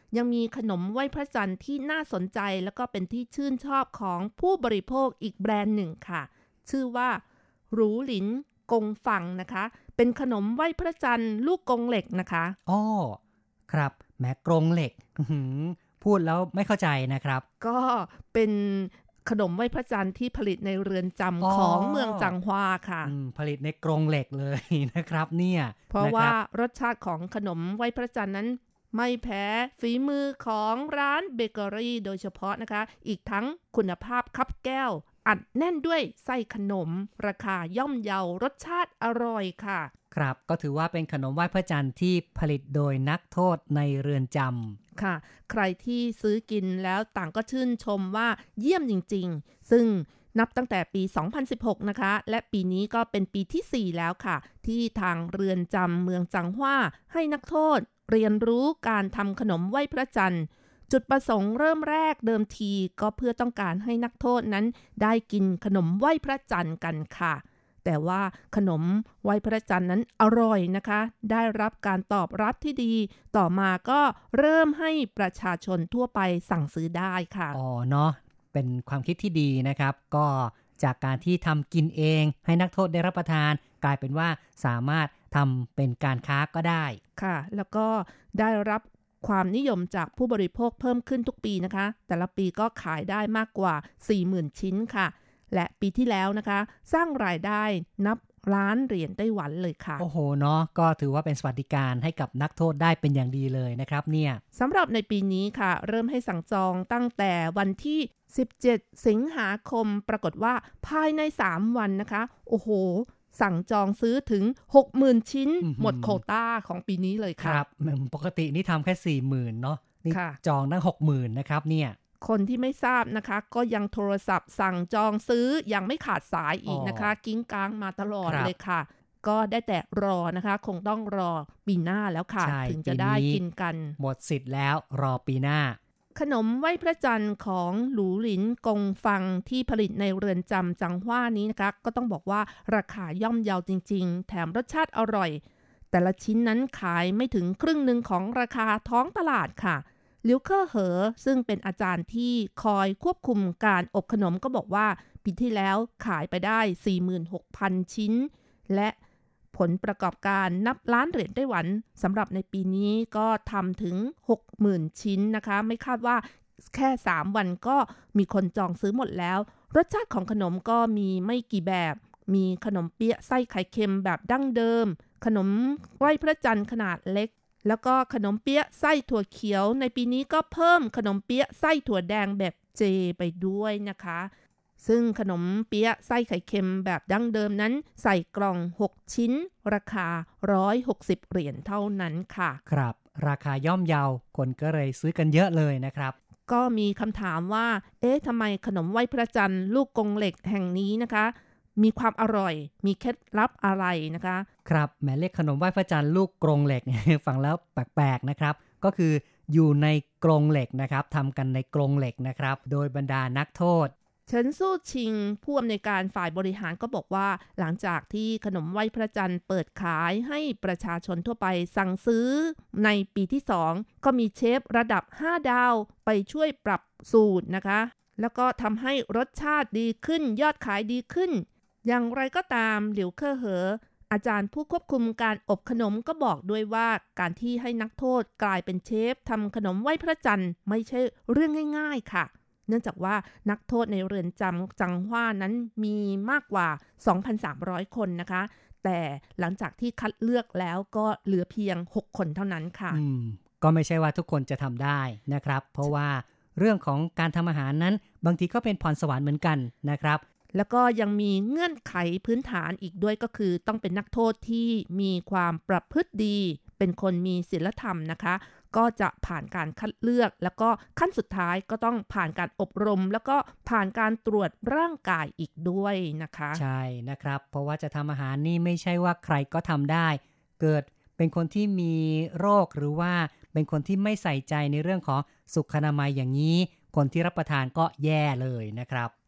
ยังมีขนมไหว้พระจันทร์ที่น่าสนใจแล้วก็เป็นที่ชื่นชอบของผู้บริโภคอีกแบรนด์หนึ่งค่ะชื่อว่าหรูหลินกงฟังนะคะเป็นขนมไหว้พระจันทร์ลูกกรงเหล็กนะคะอ้อครับแม้กรงเหล็กพูดแล้วไม่เข้าใจนะครับก็เป็นขนมไหว้พระจันทร์ที่ผลิตในเรือนจำของเมืองจังหวาค่ะผลิตในกรงเหล็กเลยนะครับเนี่ยเพราะว่ารสชาติของขนมไหว้พระจันทร์นั้นไม่แพ้ฝีมือของร้านเบเกอรี่โดยเฉพาะนะคะอีกทั้งคุณภาพคับแก้วอัดแน่นด้วยไส้ขนมราคาย่อมเยารสชาติอร่อยค่ะครับก็ถือว่าเป็นขนมไหว้พระจันทร์ที่ผลิตโดยนักโทษในเรือนจำค่ะใครที่ซื้อกินแล้วต่างก็ชื่นชมว่าเยี่ยมจริงๆซึ่งนับตั้งแต่ปีสองพันสิบหกนะคะและปีนี้ก็เป็นปีที่สี่แล้วค่ะที่ทางเรือนจำเมืองจังหวาให้นักโทษเรียนรู้การทำขนมไหว้พระจันทร์จุดประสงค์เริ่มแรกเดิมทีก็เพื่อต้องการให้นักโทษนั้นได้กินขนมไหว้พระจันทร์กันค่ะแต่ว่าขนมไหว้พระจันทร์นั้นอร่อยนะคะได้รับการตอบรับที่ดีต่อมาก็เริ่มให้ประชาชนทั่วไปสั่งซื้อได้ค่ะอ๋อเนาะเป็นความคิดที่ดีนะครับก็จากการที่ทำกินเองให้นักโทษได้รับประทานกลายเป็นว่าสามารถทำเป็นการค้าก็ได้ค่ะแล้วก็ได้รับความนิยมจากผู้บริโภคเพิ่มขึ้นทุกปีนะคะแต่ละปีก็ขายได้มากกว่า สี่หมื่น ชิ้นค่ะและปีที่แล้วนะคะสร้างรายได้นับล้านเหรียญไต้หวันเลยค่ะโอ้โหเนาะก็ถือว่าเป็นสวัสดิการให้กับนักโทษได้เป็นอย่างดีเลยนะครับเนี่ยสำหรับในปีนี้ค่ะเริ่มให้สั่งจองตั้งแต่วันที่สิบเจ็ดสิงหาคมปรากฏว่าภายในสามวันนะคะโอ้โหสั่งจองซื้อถึง หกหมื่น ชิ้นหมดโควต้าของปีนี้เลยค่ะครับปกตินี่ทำแค่ สี่หมื่น เนาะนี่จองตั้ง หกหมื่น นะครับเนี่ยคนที่ไม่ทราบนะคะก็ยังโทรศัพท์สั่งจองซื้อยังไม่ขาดสายอีกนะคะกิ้งก้างมาตลอดเลยค่ะก็ได้แต่รอนะคะคงต้องรอปีหน้าแล้วค่ะถึงจะได้กินกันหมดสิทธิ์แล้วรอปีหน้าขนมไหว้พระจันทร์ของหรูหลินกงฟังที่ผลิตในเรือนจำจังหวานี้นะคะก็ต้องบอกว่าราคาย่อมเยาจริงๆแถมรสชาติอร่อยแต่ละชิ้นนั้นขายไม่ถึงครึ่งหนึ่งของราคาท้องตลาดค่ะลิวเคอร์เหอซึ่งเป็นอาจารย์ที่คอยควบคุมการอบขนมก็บอกว่าปีที่แล้วขายไปได้ สี่หมื่นหกพัน ชิ้นและผลประกอบการนับล้านเหรียญไต้หวันสำหรับในปีนี้ก็ทำถึง หกหมื่น ชิ้นนะคะไม่คาดว่าแค่สามวันก็มีคนจองซื้อหมดแล้วรสชาติของขนมก็มีไม่กี่แบบมีขนมเปี๊ยะไส้ไข่เค็มแบบดั้งเดิมขนมไหว้พระจันทร์ขนาดเล็กแล้วก็ขนมเปี๊ยะไส้ถั่วเขียวในปีนี้ก็เพิ่มขนมเปี๊ยะไส้ถั่วแดงแบบเจไปด้วยนะคะซึ่งขนมเปี๊ยะไส้ไข่เค็มแบบดั้งเดิมนั้นใส่กล่องหกชิ้นราคาหนึ่งร้อยหกสิบเหรียญเท่านั้นค่ะครับราคาย่อมเยาคนก็เลยซื้อกันเยอะเลยนะครับก็มีคำถามว่าเอ๊ะทำไมขนมไหว้พระจันทร์ลูกกรงเหล็กแห่งนี้นะคะมีความอร่อยมีเคล็ดลับอะไรนะคะครับแม้เรียกขนมไหว้พระจันทร์ลูกกรงเหล็ก ฟังแล้วแปลกๆนะครับก็คืออยู่ในกรงเหล็กนะครับทำกันในกรงเหล็กนะครับโดยบรรดานักโทษเฉินสู้ชิงผู้อำนวยการฝ่ายบริหารก็บอกว่าหลังจากที่ขนมไหว้พระจันทร์เปิดขายให้ประชาชนทั่วไปสั่งซื้อในปีที่สองก็มีเชฟระดับห้าดาวไปช่วยปรับสูตรนะคะแล้วก็ทำให้รสชาติดีขึ้นยอดขายดีขึ้นอย่างไรก็ตามหลิวเคอร์เหออาจารย์ผู้ควบคุมการอบขนมก็บอกด้วยว่าการที่ให้นักโทษกลายเป็นเชฟทำขนมไหว้พระจันทร์ไม่ใช่เรื่องง่ายๆค่ะเนื่องจากว่านักโทษในเรือนจำจังหวานั้นมีมากกว่า สองพันสามร้อย คนนะคะแต่หลังจากที่คัดเลือกแล้วก็เหลือเพียงหกคนเท่านั้นค่ะอืมก็ไม่ใช่ว่าทุกคนจะทำได้นะครับเพราะว่าเรื่องของการทำอาหารนั้นบางทีก็เป็นพรสวรรค์เหมือนกันนะครับแล้วก็ยังมีเงื่อนไขพื้นฐานอีกด้วยก็คือต้องเป็นนักโทษที่มีความประพฤติดีเป็นคนมีศีลธรรมนะคะก็จะผ่านการคัดเลือกแล้วก็ขั้นสุดท้ายก็ต้องผ่านการอบรมแล้วก็ผ่านการตรวจร่างกายอีกด้วยนะคะใช่นะครับเพราะว่าจะทำอาหารนี่ไม่ใช่ว่าใครก็ทำได้เกิดเป็นคนที่มีโรคหรือว่าเป็นคนที่ไม่ใส่ใจในเรื่องของสุขอนามัยอย่างนี้คนที่รับประทานก็แย่เลยนะครับ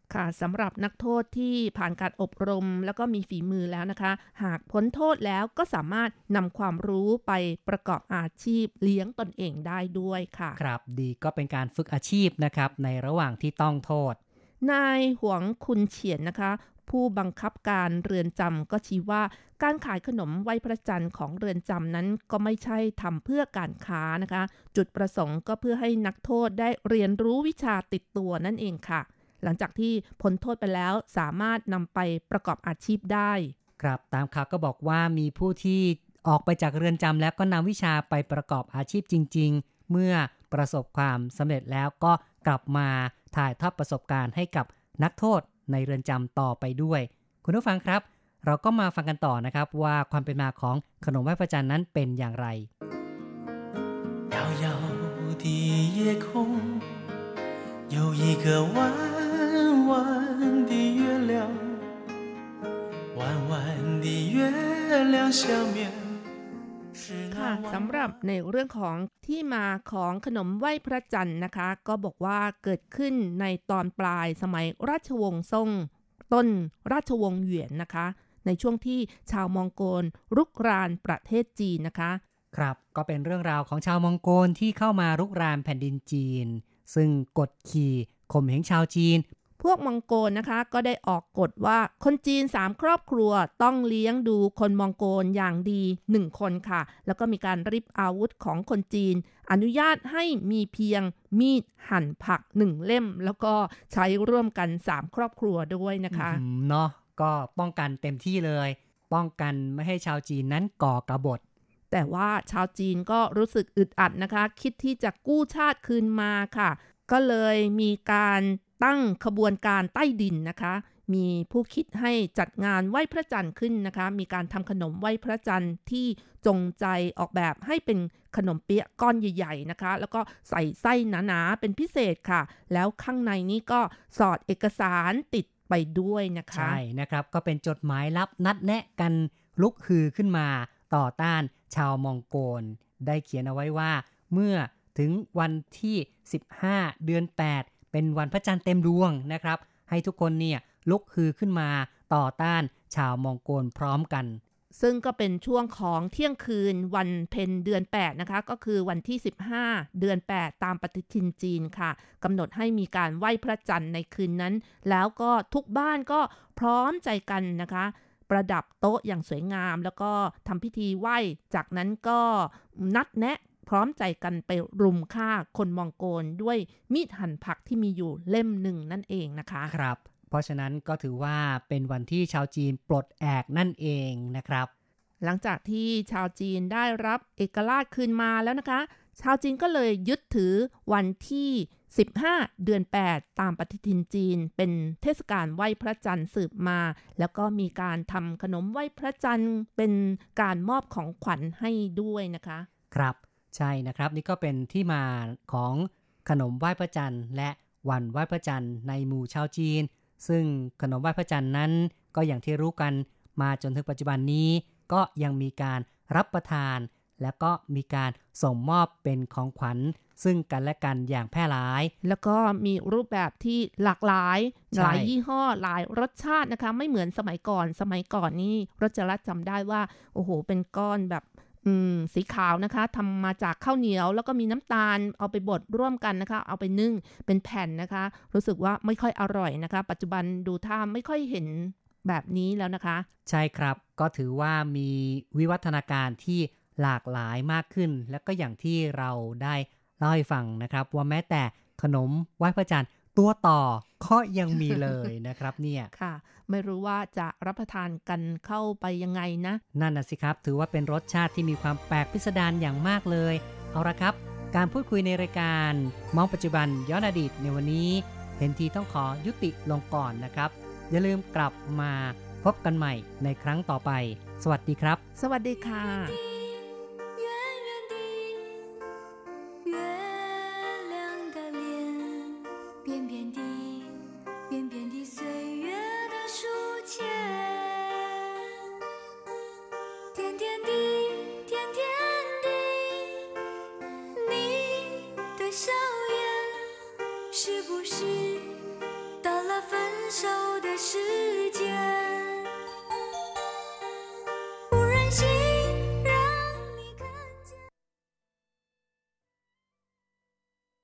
ค่ะสำหรับนักโทษที่ผ่านการอบรมแล้วก็มีฝีมือแล้วนะคะหากพ้นโทษแล้วก็สามารถนำความรู้ไปประกอบอาชีพเลี้ยงตนเองได้ด้วยค่ะครับดีก็เป็นการฝึกอาชีพนะครับในระหว่างที่ต้องโทษนายหวงคุนเฉียนนะคะผู้บังคับการเรือนจำก็ชี้ว่าการขายขนมไหว้พระจันทร์ของเรือนจำนั้นก็ไม่ใช่ทำเพื่อการค้านะคะจุดประสงค์ก็เพื่อให้นักโทษได้เรียนรู้วิชาติดตัวนั่นเองค่ะหลังจากที่พ้นโทษไปแล้วสามารถนำไปประกอบอาชีพได้ครับตามข่าวก็บอกว่ามีผู้ที่ออกไปจากเรือนจำแล้วก็นำวิชาไปประกอบอาชีพจริงๆเมื่อประสบความสำเร็จแล้วก็กลับมาถ่ายทอดประสบการณ์ให้กับนักโทษในเรือนจำต่อไปด้วยคุณผู้ฟังครับเราก็มาฟังกันต่อนะครับว่าความเป็นมาของขนมไหว้พระจันทร์นั้นเป็นอย่างไร遥遥的夜空有一个弯弯的月亮弯弯的月亮下面ค่ะสำหรับในเรื่องของที่มาของขนมไหว้พระจันทร์นะคะก็บอกว่าเกิดขึ้นในตอนปลายสมัยราชวงศ์ซ่งต้นราชวงศ์เหวียนนะคะในช่วงที่ชาวมองโกลรุกรานประเทศจีนนะคะครับก็เป็นเรื่องราวของชาวมองโกลที่เข้ามารุกรานแผ่นดินจีนซึ่งกดขี่ข่มเหงชาวจีนพวกมองโกลนะคะก็ได้ออกกฎว่าคนจีนสามครอบครัวต้องเลี้ยงดูคนมองโกลอย่างดีหนึ่งคนค่ะแล้วก็มีการริบอาวุธของคนจีนอนุญาตให้มีเพียงมีดหั่นผักหนึ่งเล่มแล้วก็ใช้ร่วมกันสามครอบครัวด้วยนะคะเนาะก็ป้องกันเต็มที่เลยป้องกันไม่ให้ชาวจีนนั้นก่อกบฏแต่ว่าชาวจีนก็รู้สึกอึดอัดนะคะคิดที่จะกู้ชาติคืนมาค่ะก็เลยมีการตั้งขบวนการใต้ดินนะคะมีผู้คิดให้จัดงานไหว้พระจันทร์ขึ้นนะคะมีการทำขนมไหว้พระจันทร์ที่จงใจออกแบบให้เป็นขนมเปี๊ยะก้อนใหญ่ๆนะคะแล้วก็ใส่ไส้หนาๆเป็นพิเศษค่ะแล้วข้างในนี้ก็สอดเอกสารติดไปด้วยนะคะใช่นะครับก็เป็นจดหมายลับนัดแนะกันลุกฮือขึ้นมาต่อต้านชาวมองโกลได้เขียนเอาไว้ว่าเมื่อถึงวันที่สิบห้าเดือนแปดเป็นวันพระจันทร์เต็มดวงนะครับให้ทุกคนเนี่ยลุกฮือขึ้นมาต่อต้านชาวมองโกลพร้อมกันซึ่งก็เป็นช่วงของเที่ยงคืนวันเพ็ญเดือนแปดนะคะก็คือวันที่สิบห้าเดือนแปดตามปฏิทินจีนค่ะกำหนดให้มีการไหว้พระจันทร์ในคืนนั้นแล้วก็ทุกบ้านก็พร้อมใจกันนะคะประดับโต๊ะอย่างสวยงามแล้วก็ทำพิธีไหว้จากนั้นก็นัดแนะพร้อมใจกันไปรุมฆ่าคนมองโกลด้วยมีดหั่นผักที่มีอยู่เล่มหนึ่งนั่นเองนะคะครับเพราะฉะนั้นก็ถือว่าเป็นวันที่ชาวจีนปลดแอกนั่นเองนะครับหลังจากที่ชาวจีนได้รับเอกราชคืนมาแล้วนะคะชาวจีนก็เลยยึดถือวันที่สิบห้าเดือนแปดตามปฏิทินจีนเป็นเทศกาลไหว้พระจันทร์สืบมาแล้วก็มีการทำขนมไหว้พระจันทร์เป็นการมอบของขวัญให้ด้วยนะคะครับใช่นะครับนี่ก็เป็นที่มาของขนมไหว้พระจันทร์และวันไหว้พระจันทร์ในหมู่ชาวจีนซึ่งขนมไหว้พระจันทร์นั้นก็อย่างที่รู้กันมาจนถึงปัจจุบันนี้ก็ยังมีการรับประทานและก็มีการส่งมอบเป็นของขวัญซึ่งกันและกันอย่างแพร่หลายแล้วก็มีรูปแบบที่หลากหลายหลายยี่ห้อหลายรสชาตินะคะไม่เหมือนสมัยก่อนสมัยก่อนนี่รจรัสจำได้ว่าโอ้โหเป็นก้อนแบบอืมสีขาวนะคะทำมาจากข้าวเหนียวแล้วก็มีน้ำตาลเอาไปบดร่วมกันนะคะเอาไปนึ่งเป็นแผ่นนะคะรู้สึกว่าไม่ค่อยอร่อยนะคะปัจจุบันดูท่าไม่ค่อยเห็นแบบนี้แล้วนะคะใช่ครับก็ถือว่ามีวิวัฒนาการที่หลากหลายมากขึ้นและก็อย่างที่เราได้เล่าให้ฟังนะครับว่าแม้แต่ขนมไหว้พระจันทร์ตัวต่อก็ยังมีเลยนะครับเนี่ยค่ะไม่รู้ว่าจะรับประทานกันเข้าไปยังไงนะนั่นน่ะสิครับถือว่าเป็นรสชาติที่มีความแปลกพิสดารอย่างมากเลยเอาละครับการพูดคุยในรายการมองปัจจุบันย้อนอดีตในวันนี้เห็นทีต้องขอยุติลงก่อนนะครับอย่าลืมกลับมาพบกันใหม่ในครั้งต่อไปสวัสดีครับสวัสดีค่ะ是不是到了分手的时